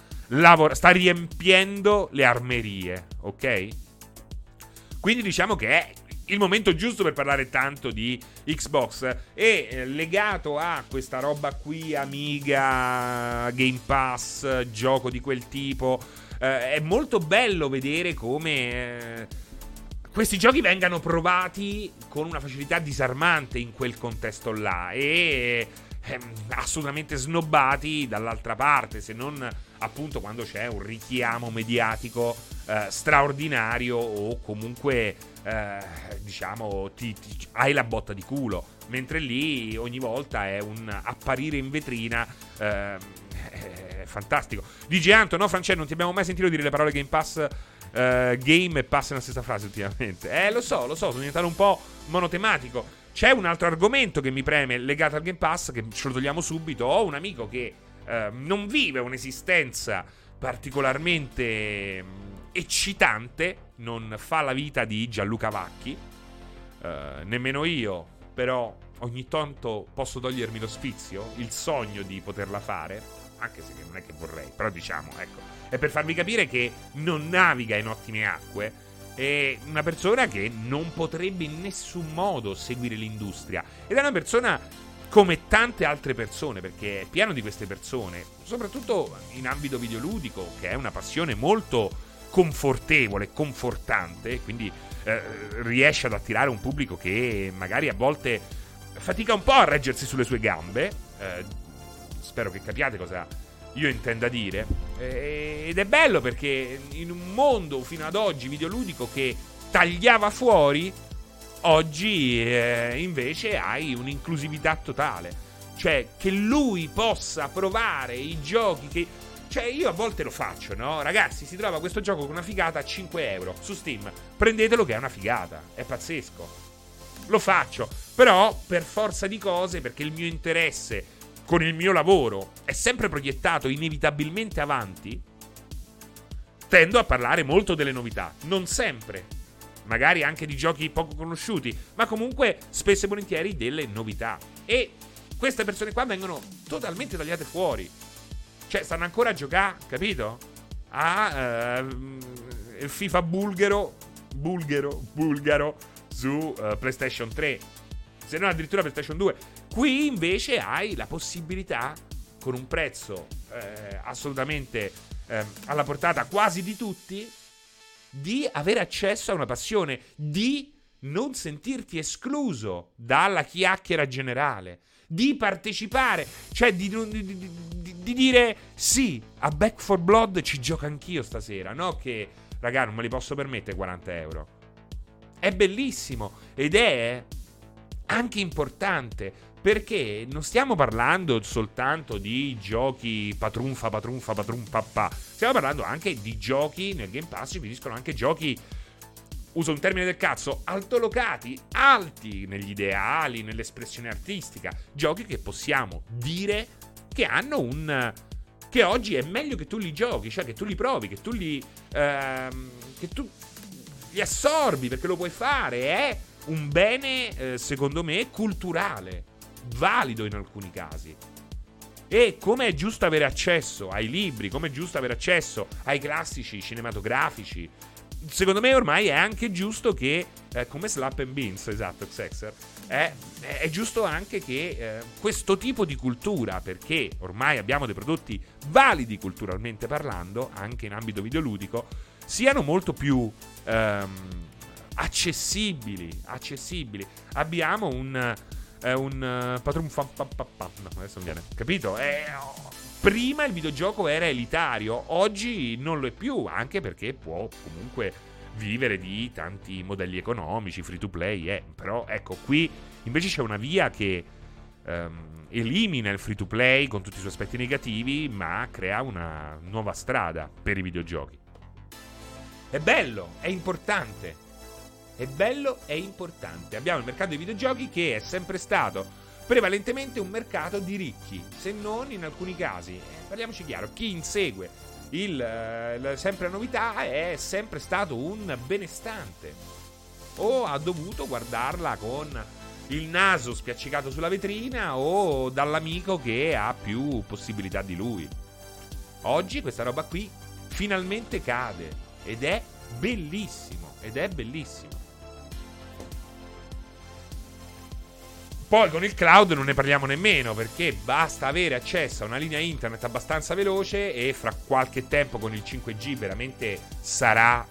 riempiendo le armerie, ok? Quindi diciamo che è il momento giusto per parlare tanto di Xbox. E legato a questa roba qui, Amiga, Game Pass, gioco di quel tipo, è molto bello vedere come questi giochi vengano provati con una facilità disarmante in quel contesto là e assolutamente snobbati dall'altra parte, se non appunto quando c'è un richiamo mediatico straordinario o comunque diciamo hai la botta di culo, mentre lì ogni volta è un apparire in vetrina fantastico. DJ Anto, no Francesco, non ti abbiamo mai sentito dire le parole Game Pass, game e pass nella stessa frase ultimamente. Lo so, sono diventato un po' monotematico. C'è un altro argomento che mi preme legato al Game Pass, che ce lo togliamo subito. Ho un amico che non vive un'esistenza particolarmente eccitante, non fa la vita di Gianluca Vacchi, nemmeno io, però ogni tanto posso togliermi lo sfizio, il sogno di poterla fare, anche se non è che vorrei, però diciamo, ecco, è per farvi capire che non naviga in ottime acque. È una persona che non potrebbe in nessun modo seguire l'industria, ed è una persona come tante altre persone, perché è pieno di queste persone, soprattutto in ambito videoludico, che è una passione molto confortevole, confortante, quindi riesce ad attirare un pubblico che magari a volte fatica un po' a reggersi sulle sue gambe. Spero che capiate cosa io intenda dire, ed è bello perché in un mondo fino ad oggi videoludico che tagliava fuori, oggi invece hai un'inclusività totale, cioè che lui possa provare i giochi che... Cioè io a volte lo faccio, no? Ragazzi, si trova questo gioco con una figata a 5 euro su Steam, prendetelo che è una figata, è pazzesco. Lo faccio, però per forza di cose, perché il mio interesse con il mio lavoro è sempre proiettato inevitabilmente avanti, tendo a parlare molto delle novità, non sempre, magari anche di giochi poco conosciuti, ma comunque spesso e volentieri delle novità. E queste persone qua vengono totalmente tagliate fuori. Cioè, stanno ancora a giocare, capito? Il FIFA bulgaro su PlayStation 3, se non addirittura PlayStation 2. Qui invece hai la possibilità, con un prezzo assolutamente alla portata quasi di tutti, di avere accesso a una passione, di non sentirti escluso dalla chiacchiera generale, di partecipare, cioè di dire sì, a Back 4 Blood ci gioco anch'io stasera, no che raga non me li posso permettere 40 euro. È bellissimo ed è anche importante, perché non stiamo parlando soltanto di giochi patrunfa, stiamo parlando anche di giochi nel Game Pass, ci finiscono anche giochi, uso un termine del cazzo, altolocati, alti negli ideali, nell'espressione artistica, giochi che possiamo dire che hanno che oggi è meglio che tu li giochi, cioè che tu li provi, che tu li assorbi, perché lo puoi fare. È un bene, secondo me, culturale, valido in alcuni casi. E come è giusto avere accesso ai libri, come è giusto avere accesso ai classici cinematografici, secondo me ormai è anche giusto che, come Slap and Beans, esatto, Xexer, è giusto anche che questo tipo di cultura, perché ormai abbiamo dei prodotti validi culturalmente parlando, anche in ambito videoludico, siano molto più accessibili. Abbiamo un patron no, adesso non viene, capito? Prima il videogioco era elitario, oggi non lo è più, anche perché può comunque vivere di tanti modelli economici, free to play, però ecco, qui invece c'è una via che elimina il free to play con tutti i suoi aspetti negativi, ma crea una nuova strada per i videogiochi. È bello, è importante. Abbiamo il mercato dei videogiochi che è sempre stato prevalentemente un mercato di ricchi, se non in alcuni casi, parliamoci chiaro, chi insegue sempre la novità è sempre stato un benestante o ha dovuto guardarla con il naso spiaccicato sulla vetrina o dall'amico che ha più possibilità di lui. Oggi questa roba qui finalmente cade ed è bellissimo, Poi con il cloud non ne parliamo nemmeno, perché basta avere accesso a una linea internet abbastanza veloce e fra qualche tempo con il 5G veramente sarà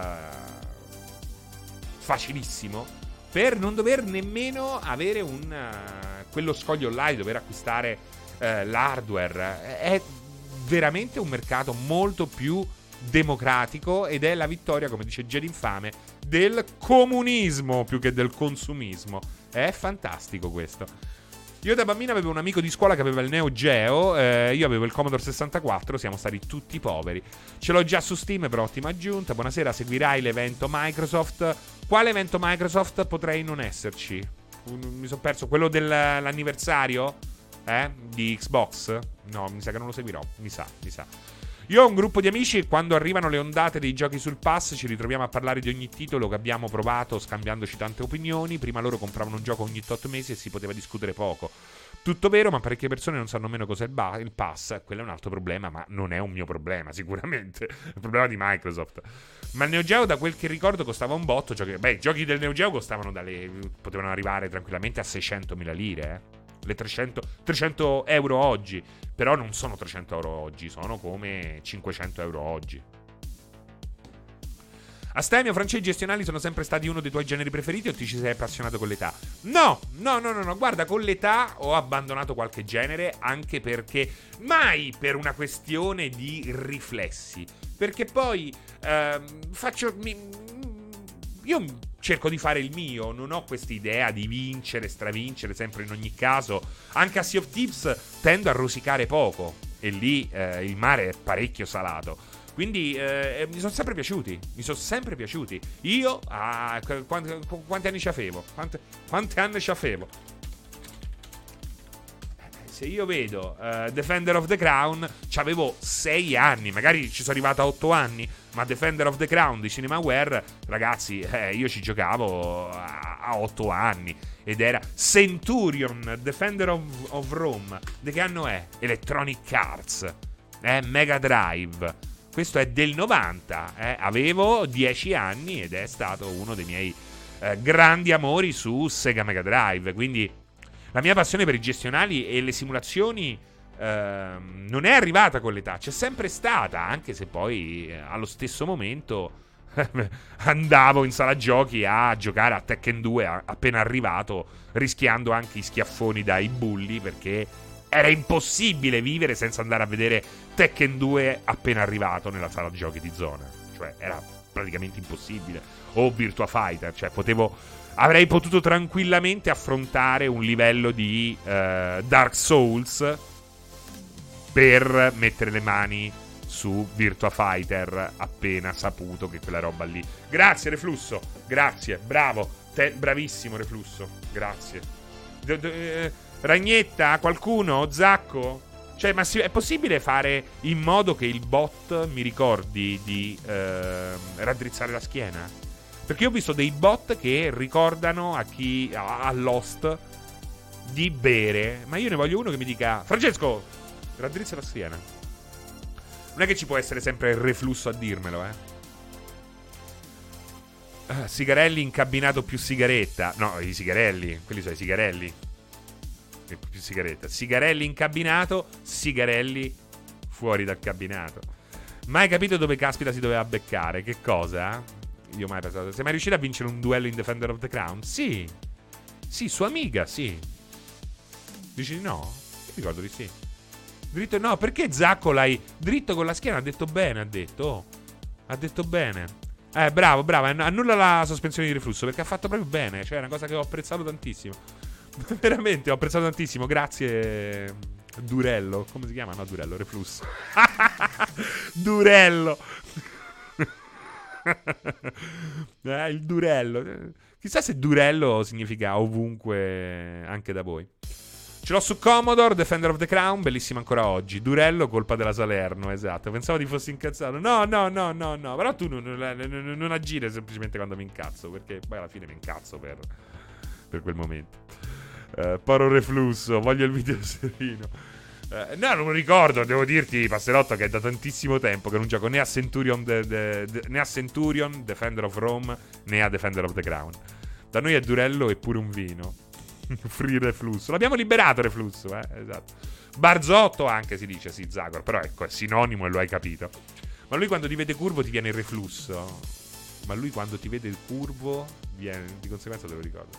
facilissimo per non dover nemmeno avere quello scoglio online, dover acquistare l'hardware. È veramente un mercato molto più democratico ed è la vittoria, come dice Jedi Infame, del comunismo più che del consumismo. È fantastico questo. Io da bambino avevo un amico di scuola che aveva il Neo Geo, io avevo il Commodore 64, siamo stati tutti poveri. Ce l'ho già su Steam per ottima aggiunta. Buonasera, seguirai l'evento Microsoft? Quale evento Microsoft? Potrei non esserci. Mi sono perso quello dell'anniversario di Xbox? No, mi sa che non lo seguirò, mi sa. Io ho un gruppo di amici e quando arrivano le ondate dei giochi sul pass ci ritroviamo a parlare di ogni titolo che abbiamo provato, scambiandoci tante opinioni. Prima loro compravano un gioco ogni 8 mesi e si poteva discutere poco. Tutto vero, ma parecchie persone non sanno nemmeno cos'è il pass. Quello è un altro problema, ma non è un mio problema, sicuramente. È il problema di Microsoft. Ma il Neo Geo, da quel che ricordo, costava un botto. I giochi del Neo Geo costavano potevano arrivare tranquillamente a 600.000 lire, Le 300 euro oggi. Però non sono 300 euro oggi, sono come 500 euro oggi. Astemio, francesi gestionali sono sempre stati uno dei tuoi generi preferiti o ti ci sei appassionato con l'età? No, guarda, con l'età ho abbandonato qualche genere, anche perché mai per una questione di riflessi, perché poi io cerco di fare il mio, non ho quest'idea di vincere, stravincere sempre in ogni caso. Anche a Sea of Thieves tendo a rosicare poco e lì il mare è parecchio salato. Quindi mi sono sempre piaciuti. Io quanti anni ci avevo? Quanti anni ci avevo? Se io vedo Defender of the Crown, c'avevo 6 anni, magari ci sono arrivato a 8 anni, ma Defender of the Crown di Cinemaware, ragazzi, io ci giocavo a 8 anni. Ed era Centurion, Defender of Rome. Di che anno è? Electronic Arts, Mega Drive. Questo è del 90, avevo 10 anni ed è stato uno dei miei grandi amori su Sega Mega Drive. Quindi la mia passione per i gestionali e le simulazioni non è arrivata con l'età, c'è sempre stata, anche se poi allo stesso momento andavo in sala giochi a giocare a Tekken 2 appena arrivato, rischiando anche i schiaffoni dai bulli, perché era impossibile vivere senza andare a vedere Tekken 2 appena arrivato nella sala giochi di zona. Cioè era praticamente impossibile. O Virtua Fighter, cioè avrei potuto tranquillamente affrontare un livello di Dark Souls per mettere le mani su Virtua Fighter appena saputo che quella roba lì. Grazie Reflusso, grazie, bravo, bravissimo Reflusso, grazie. Ragnetta, qualcuno? Zacco? Cioè, ma è possibile fare in modo che il bot mi ricordi di raddrizzare la schiena? Perché io ho visto dei bot che ricordano a chi ha Lost di bere, ma io ne voglio uno che mi dica: Francesco, raddrizza la schiena. Non è che ci può essere sempre il reflusso a dirmelo, Sigarelli incabinato più sigaretta. No, i sigarelli, quelli sono i sigarelli. Più sigaretta. Sigarelli incabinato, sigarelli fuori dal cabinato. Mai capito dove caspita si doveva beccare? Che cosa? Io mai pensato. Sei mai riuscito a vincere un duello in Defender of the Crown? Sì. Sì, sua amica, sì. Dici di no? Io ricordo di sì. Dritto no, perché Zacco l'hai dritto con la schiena? Ha detto bene, ha detto. Ha detto bene. Bravo. Annulla la sospensione di reflusso, perché ha fatto proprio bene. Cioè, è una cosa che ho apprezzato tantissimo. Veramente, ho apprezzato tantissimo. Grazie, Durello. Come si chiama? No, Durello, reflusso. Durello. Il Durello. Chissà se Durello significa ovunque, anche da voi. Ce l'ho su Commodore, Defender of the Crown, bellissimo ancora oggi. Durello, colpa della Salerno, esatto. Pensavo ti fossi incazzato. No. Però tu non agire semplicemente quando mi incazzo, perché poi alla fine mi incazzo per quel momento. Poro reflusso, voglio il video serino. No, non lo ricordo, devo dirti, Passerotto, che è da tantissimo tempo che non gioco né a Centurion, né a Centurion, Defender of Rome, né a Defender of the Crown. Da noi è Durello e pure un vino. Free reflusso. L'abbiamo liberato reflusso, esatto. Barzotto anche si dice, sì, Zagor, però ecco, è sinonimo e lo hai capito. Ma lui quando ti vede curvo ti viene il reflusso. Ma lui quando ti vede curvo viene, di conseguenza te lo ricordo.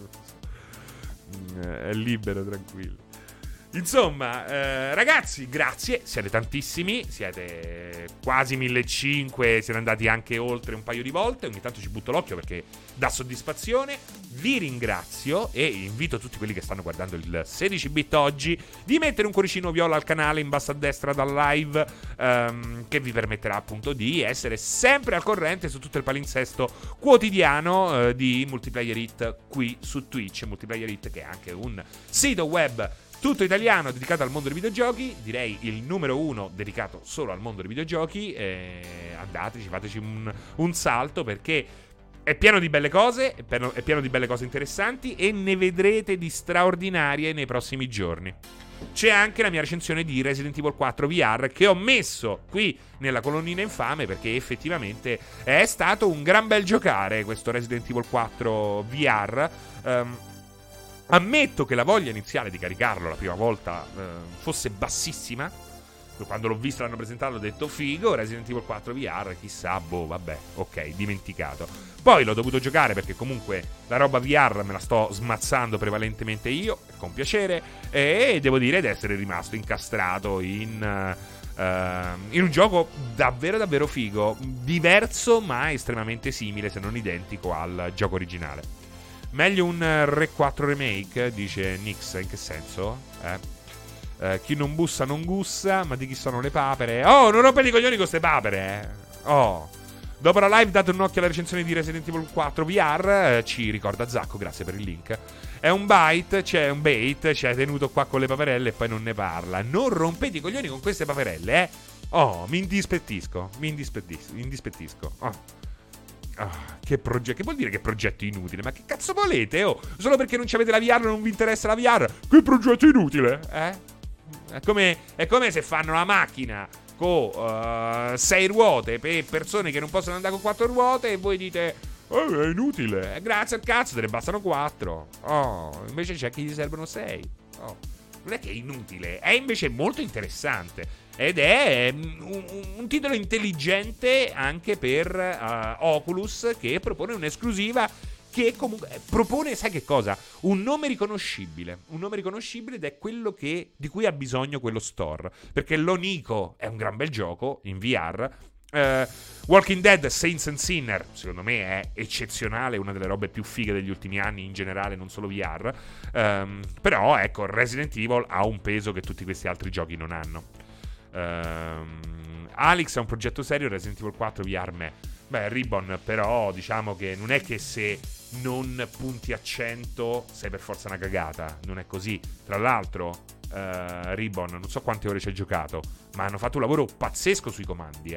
È libero, tranquillo. Insomma, ragazzi, grazie, siete tantissimi, siete quasi 1500, siete andati anche oltre un paio di volte, ogni tanto ci butto l'occhio perché dà soddisfazione. Vi ringrazio e invito tutti quelli che stanno guardando il 16-bit oggi di mettere un cuoricino viola al canale in basso a destra dal live, che vi permetterà appunto di essere sempre al corrente su tutto il palinsesto quotidiano di Multiplayer Hit qui su Twitch. Multiplayer Hit, che è anche un sito web tutto italiano dedicato al mondo dei videogiochi, direi il numero 1 dedicato solo al mondo dei videogiochi. Andateci, fateci un salto, perché è pieno di belle cose, è pieno di belle cose interessanti e ne vedrete di straordinarie nei prossimi giorni. C'è anche la mia recensione di Resident Evil 4 VR che ho messo qui nella colonnina infame, perché effettivamente è stato un gran bel giocare questo Resident Evil 4 VR. Ammetto che la voglia iniziale di caricarlo la prima volta fosse bassissima. Quando l'ho visto, l'hanno presentato, ho detto figo, Resident Evil 4 VR, chissà, boh, vabbè, ok, dimenticato. Poi l'ho dovuto giocare perché comunque la roba VR me la sto smazzando prevalentemente io, con piacere, e devo dire di essere rimasto incastrato in un gioco davvero davvero figo, diverso ma estremamente simile, se non identico, al gioco originale. Meglio un Re 4 Remake, dice Nix, in che senso? Chi non bussa non gussa, ma di chi sono le papere? Oh, non rompete i coglioni con queste papere, Oh. Dopo la live date un occhio alla recensione di Resident Evil 4 VR, ci ricorda Zacco, grazie per il link. È un bait, ci hai tenuto qua con le paperelle e poi non ne parla. Non rompete i coglioni con queste paperelle, Oh, mi indispettisco. Che progetto? Che vuol dire che progetto inutile? Ma che cazzo volete? Solo perché non avete la VR non vi interessa la VR? Che progetto inutile? È come se fanno la macchina con 6 ruote per persone che non possono andare con 4 ruote e voi dite è inutile. Grazie al cazzo, te ne bastano 4. Invece c'è chi gli servono 6. Non è che è inutile, è invece molto interessante. Ed è un titolo intelligente anche per Oculus, che propone un'esclusiva che comunque propone, sai che cosa? Un nome riconoscibile. Un nome riconoscibile, ed è quello di cui ha bisogno quello store. Perché l'Onico è un gran bel gioco in VR. Walking Dead Saints and Sinner secondo me è eccezionale, una delle robe più fighe degli ultimi anni in generale, non solo VR. Però ecco, Resident Evil ha un peso che tutti questi altri giochi non hanno. Alex è un progetto serio, Resident Evil 4 VR me. Beh, Ribbon però diciamo che non è che se non punti a 100 sei per forza una cagata, non è così. Tra l'altro Ribbon, non so quante ore ci hai giocato, ma hanno fatto un lavoro pazzesco sui comandi,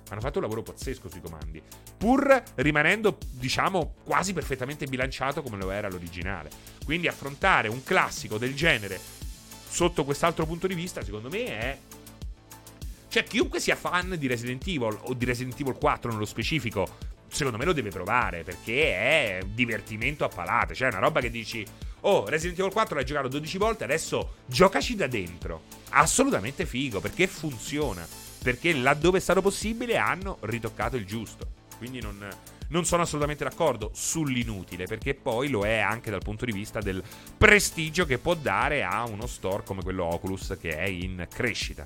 pur rimanendo, diciamo, quasi perfettamente bilanciato come lo era l'originale. Quindi affrontare un classico del genere sotto quest'altro punto di vista, secondo me è... Cioè, chiunque sia fan di Resident Evil o di Resident Evil 4 nello specifico, secondo me lo deve provare, perché è divertimento a palate. Cioè, è una roba che dici: Resident Evil 4 l'hai giocato 12 volte, adesso giocaci da dentro. Assolutamente figo, perché funziona. Perché laddove è stato possibile hanno ritoccato il giusto. Quindi non sono assolutamente d'accordo sull'inutile, perché poi lo è anche dal punto di vista del prestigio che può dare a uno store come quello Oculus, che è in crescita.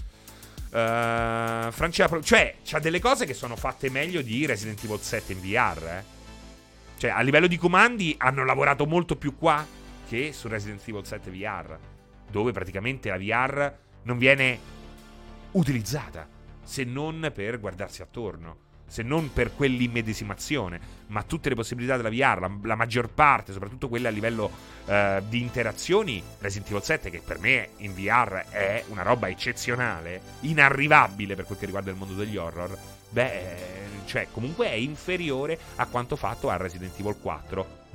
Francia, cioè, c'ha delle cose che sono fatte meglio di Resident Evil 7 in VR, Cioè, a livello di comandi hanno lavorato molto più qua che su Resident Evil 7 VR, dove praticamente la VR non viene utilizzata se non per guardarsi attorno, se non per quell'immedesimazione, ma tutte le possibilità della VR, la maggior parte, soprattutto quelle a livello di interazioni. Resident Evil 7, che per me in VR è una roba eccezionale, inarrivabile per quel che riguarda il mondo degli horror, cioè comunque è inferiore a quanto fatto a Resident Evil 4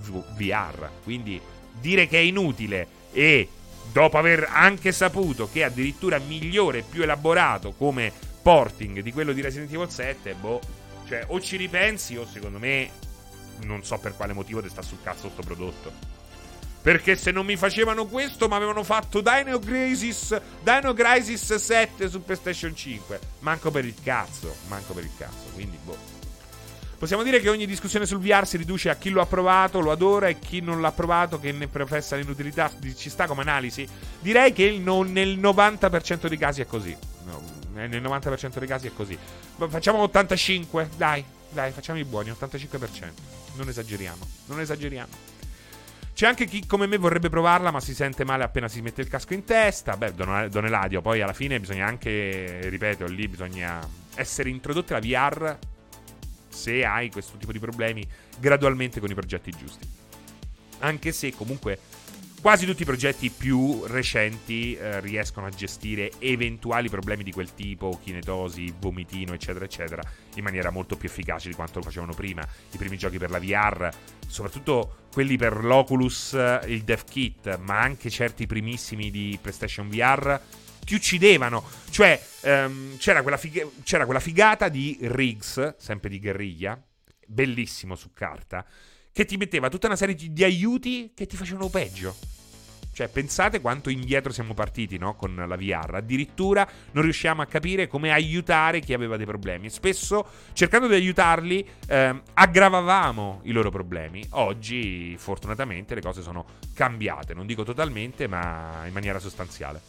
VR. Quindi dire che è inutile, e dopo aver anche saputo che è addirittura migliore e più elaborato come porting di quello di Resident Evil 7, cioè o ci ripensi o secondo me non so per quale motivo ti sta sul cazzo sto prodotto. Perché se non mi facevano questo, mi avevano fatto Dino Crisis 7 su PlayStation 5. Manco per il cazzo. Quindi possiamo dire che ogni discussione sul VR si riduce a chi lo ha provato, lo adora, e chi non l'ha provato, che ne professa l'inutilità. Ci sta come analisi? Direi che nel 90% dei casi è così. No, nel 90% dei casi è così. Facciamo 85, dai, facciamo i buoni, 85%. Non esageriamo. C'è anche chi come me vorrebbe provarla, ma si sente male appena si mette il casco in testa. Don Eladio, poi alla fine bisogna anche, ripeto, lì bisogna essere introdotti alla VR, se hai questo tipo di problemi, gradualmente con i progetti giusti. Anche se comunque quasi tutti i progetti più recenti riescono a gestire eventuali problemi di quel tipo, kinetosi, vomitino, eccetera, eccetera, in maniera molto più efficace di quanto lo facevano prima. I primi giochi per la VR, soprattutto quelli per l'Oculus, il Dev Kit, ma anche certi primissimi di PlayStation VR, ti uccidevano. Cioè, c'era quella figata di Riggs, sempre di Guerriglia, bellissimo su carta, che ti metteva tutta una serie di aiuti che ti facevano peggio. Cioè, pensate quanto indietro siamo partiti, no? Con la VR. Addirittura non riusciamo a capire come aiutare chi aveva dei problemi. Spesso, cercando di aiutarli, aggravavamo i loro problemi. Oggi, fortunatamente, le cose sono cambiate. Non dico totalmente, ma in maniera sostanziale.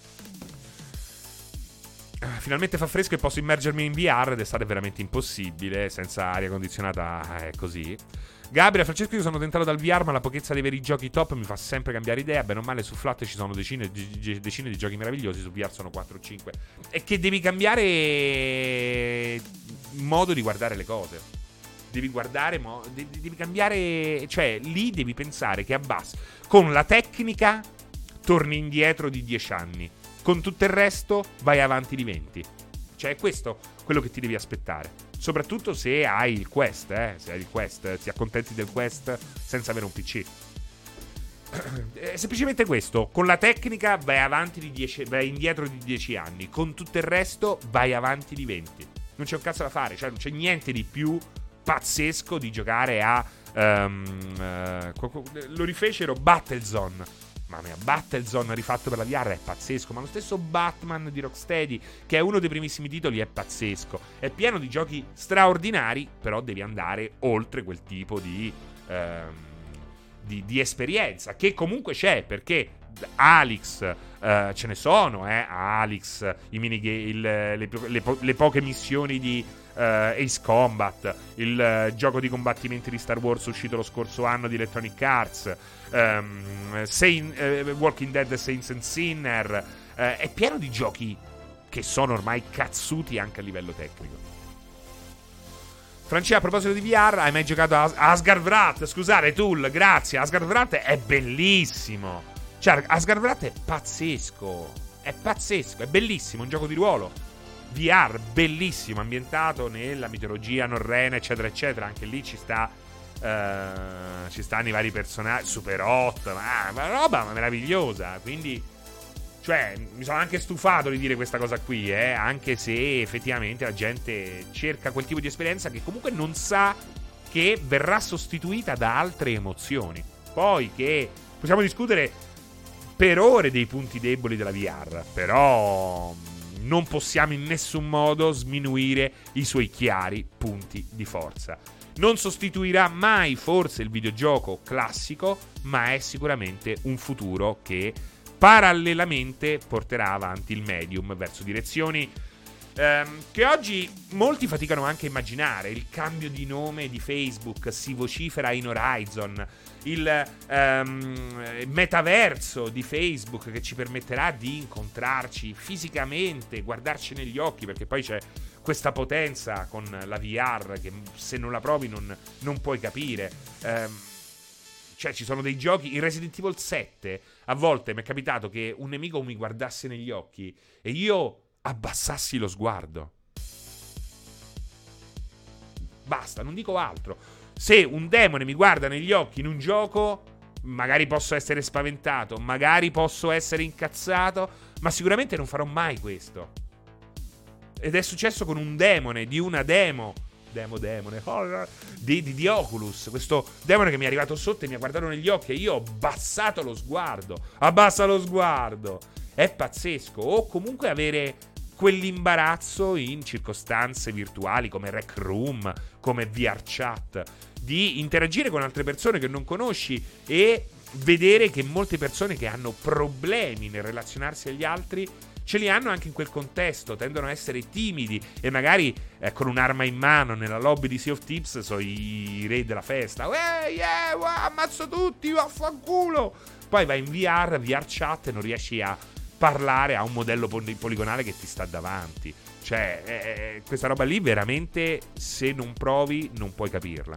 Finalmente fa fresco e posso immergermi in VR, ed è stato veramente impossibile. Senza aria condizionata è così. Gabriele, Francesco, io sono tentato dal VR, ma la pochezza dei veri giochi top mi fa sempre cambiare idea. Bene o male su Flat ci sono decine di giochi meravigliosi, su VR sono 4 o 5. E che devi cambiare modo di guardare le cose. Devi cambiare, cioè lì devi pensare che a base con la tecnica torni indietro di 10 anni, con tutto il resto vai avanti di 20. Cioè è questo quello che ti devi aspettare. Soprattutto se hai il Quest, se hai il Quest, ti accontenti del Quest senza avere un PC. È semplicemente questo. Con la tecnica vai indietro di 10 anni. Con tutto il resto vai avanti di 20. Non c'è un cazzo da fare. Cioè non c'è niente di più pazzesco di giocare a lo rifecero Battlezone. Mamma mia, Battlezone rifatto per la VR è pazzesco. Ma lo stesso Batman di Rocksteady, che è uno dei primissimi titoli, è pazzesco. È pieno di giochi straordinari, però devi andare oltre quel tipo di esperienza, che comunque c'è, perché Alyx, ce ne sono, Alyx, i minigame, le poche missioni di Ace Combat, il gioco di combattimenti di Star Wars uscito lo scorso anno di Electronic Arts, Walking Dead, Saints and Sinner, è pieno di giochi che sono ormai cazzuti anche a livello tecnico. Francia, a proposito di VR, hai mai giocato a Asgard Wrath? Scusate, Tool, grazie. Asgard Wrath è bellissimo. Cioè, Asgard Wrath è pazzesco. È bellissimo, un gioco di ruolo VR bellissimo, ambientato nella mitologia norrena, eccetera eccetera. Anche lì ci stanno i vari personaggi, super hot, ma roba meravigliosa. Quindi, cioè, mi sono anche stufato di dire questa cosa qui, anche se effettivamente la gente cerca quel tipo di esperienza che comunque non sa che verrà sostituita da altre emozioni. Poi che possiamo discutere per ore dei punti deboli della VR, però non possiamo in nessun modo sminuire i suoi chiari punti di forza. Non sostituirà mai forse il videogioco classico, ma è sicuramente un futuro che parallelamente porterà avanti il medium verso direzioni che oggi molti faticano anche a immaginare. Il cambio di nome di Facebook, si vocifera in Horizon, il metaverso di Facebook che ci permetterà di incontrarci fisicamente, guardarci negli occhi, perché poi c'è questa potenza con la VR che se non la provi non puoi capire. Cioè, ci sono dei giochi in Resident Evil 7, a volte mi è capitato che un nemico mi guardasse negli occhi e io abbassassi lo sguardo. Basta, non dico altro. se un demone mi guarda negli occhi in un gioco, magari posso essere spaventato, magari posso essere incazzato, ma sicuramente non farò mai questo. Ed è successo con un demone di una demone di Oculus. Questo demone che mi è arrivato sotto e mi ha guardato negli occhi e io ho abbassato lo sguardo. Abbassa lo sguardo. È pazzesco. O comunque avere quell'imbarazzo in circostanze virtuali come Rec Room, come VR Chat, di interagire con altre persone che non conosci e vedere che molte persone che hanno problemi nel relazionarsi agli altri ce li hanno anche in quel contesto, tendono a essere timidi e magari con un'arma in mano nella lobby di Sea of Thieves sono i re della festa. Ammazzo tutti, vaffanculo. Poi vai in VR Chat e non riesci a parlare a un modello poligonale che ti sta davanti. Cioè, questa roba lì veramente, se non provi, non puoi capirla.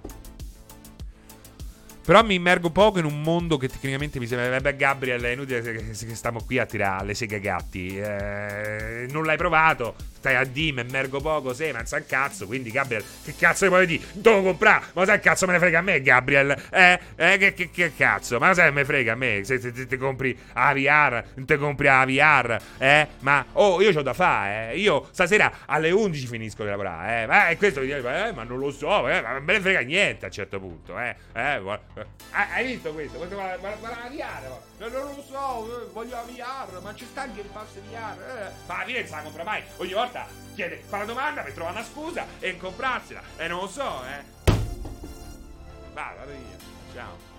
Però mi immergo poco in un mondo che tecnicamente mi sembra... Beh, Gabriel, è inutile che stiamo qui a tirare le seghe ai gatti. Non l'hai provato, stai a D, mi immergo poco, sei, ma non sa un cazzo. Quindi, Gabriel, che cazzo vuoi dire? Devo comprare, ma sai cazzo me ne frega a me, Gabriel? Che cazzo? Ma sai me frega a me? Se ti compri a VR, non ti compri a VR, Ma, io c'ho da fare, Io stasera alle 11 finisco di lavorare, E questo mi dice, ma non lo so, ma me ne frega niente a un certo punto, hai visto questo? Guarda la VR, non lo so, voglio la VR, ma ci sta anche il pass VR, ma alla fine non se la compra mai. Ogni volta chiede, fa la domanda per trovare una scusa e comprarsela, non lo so, vado via, ciao.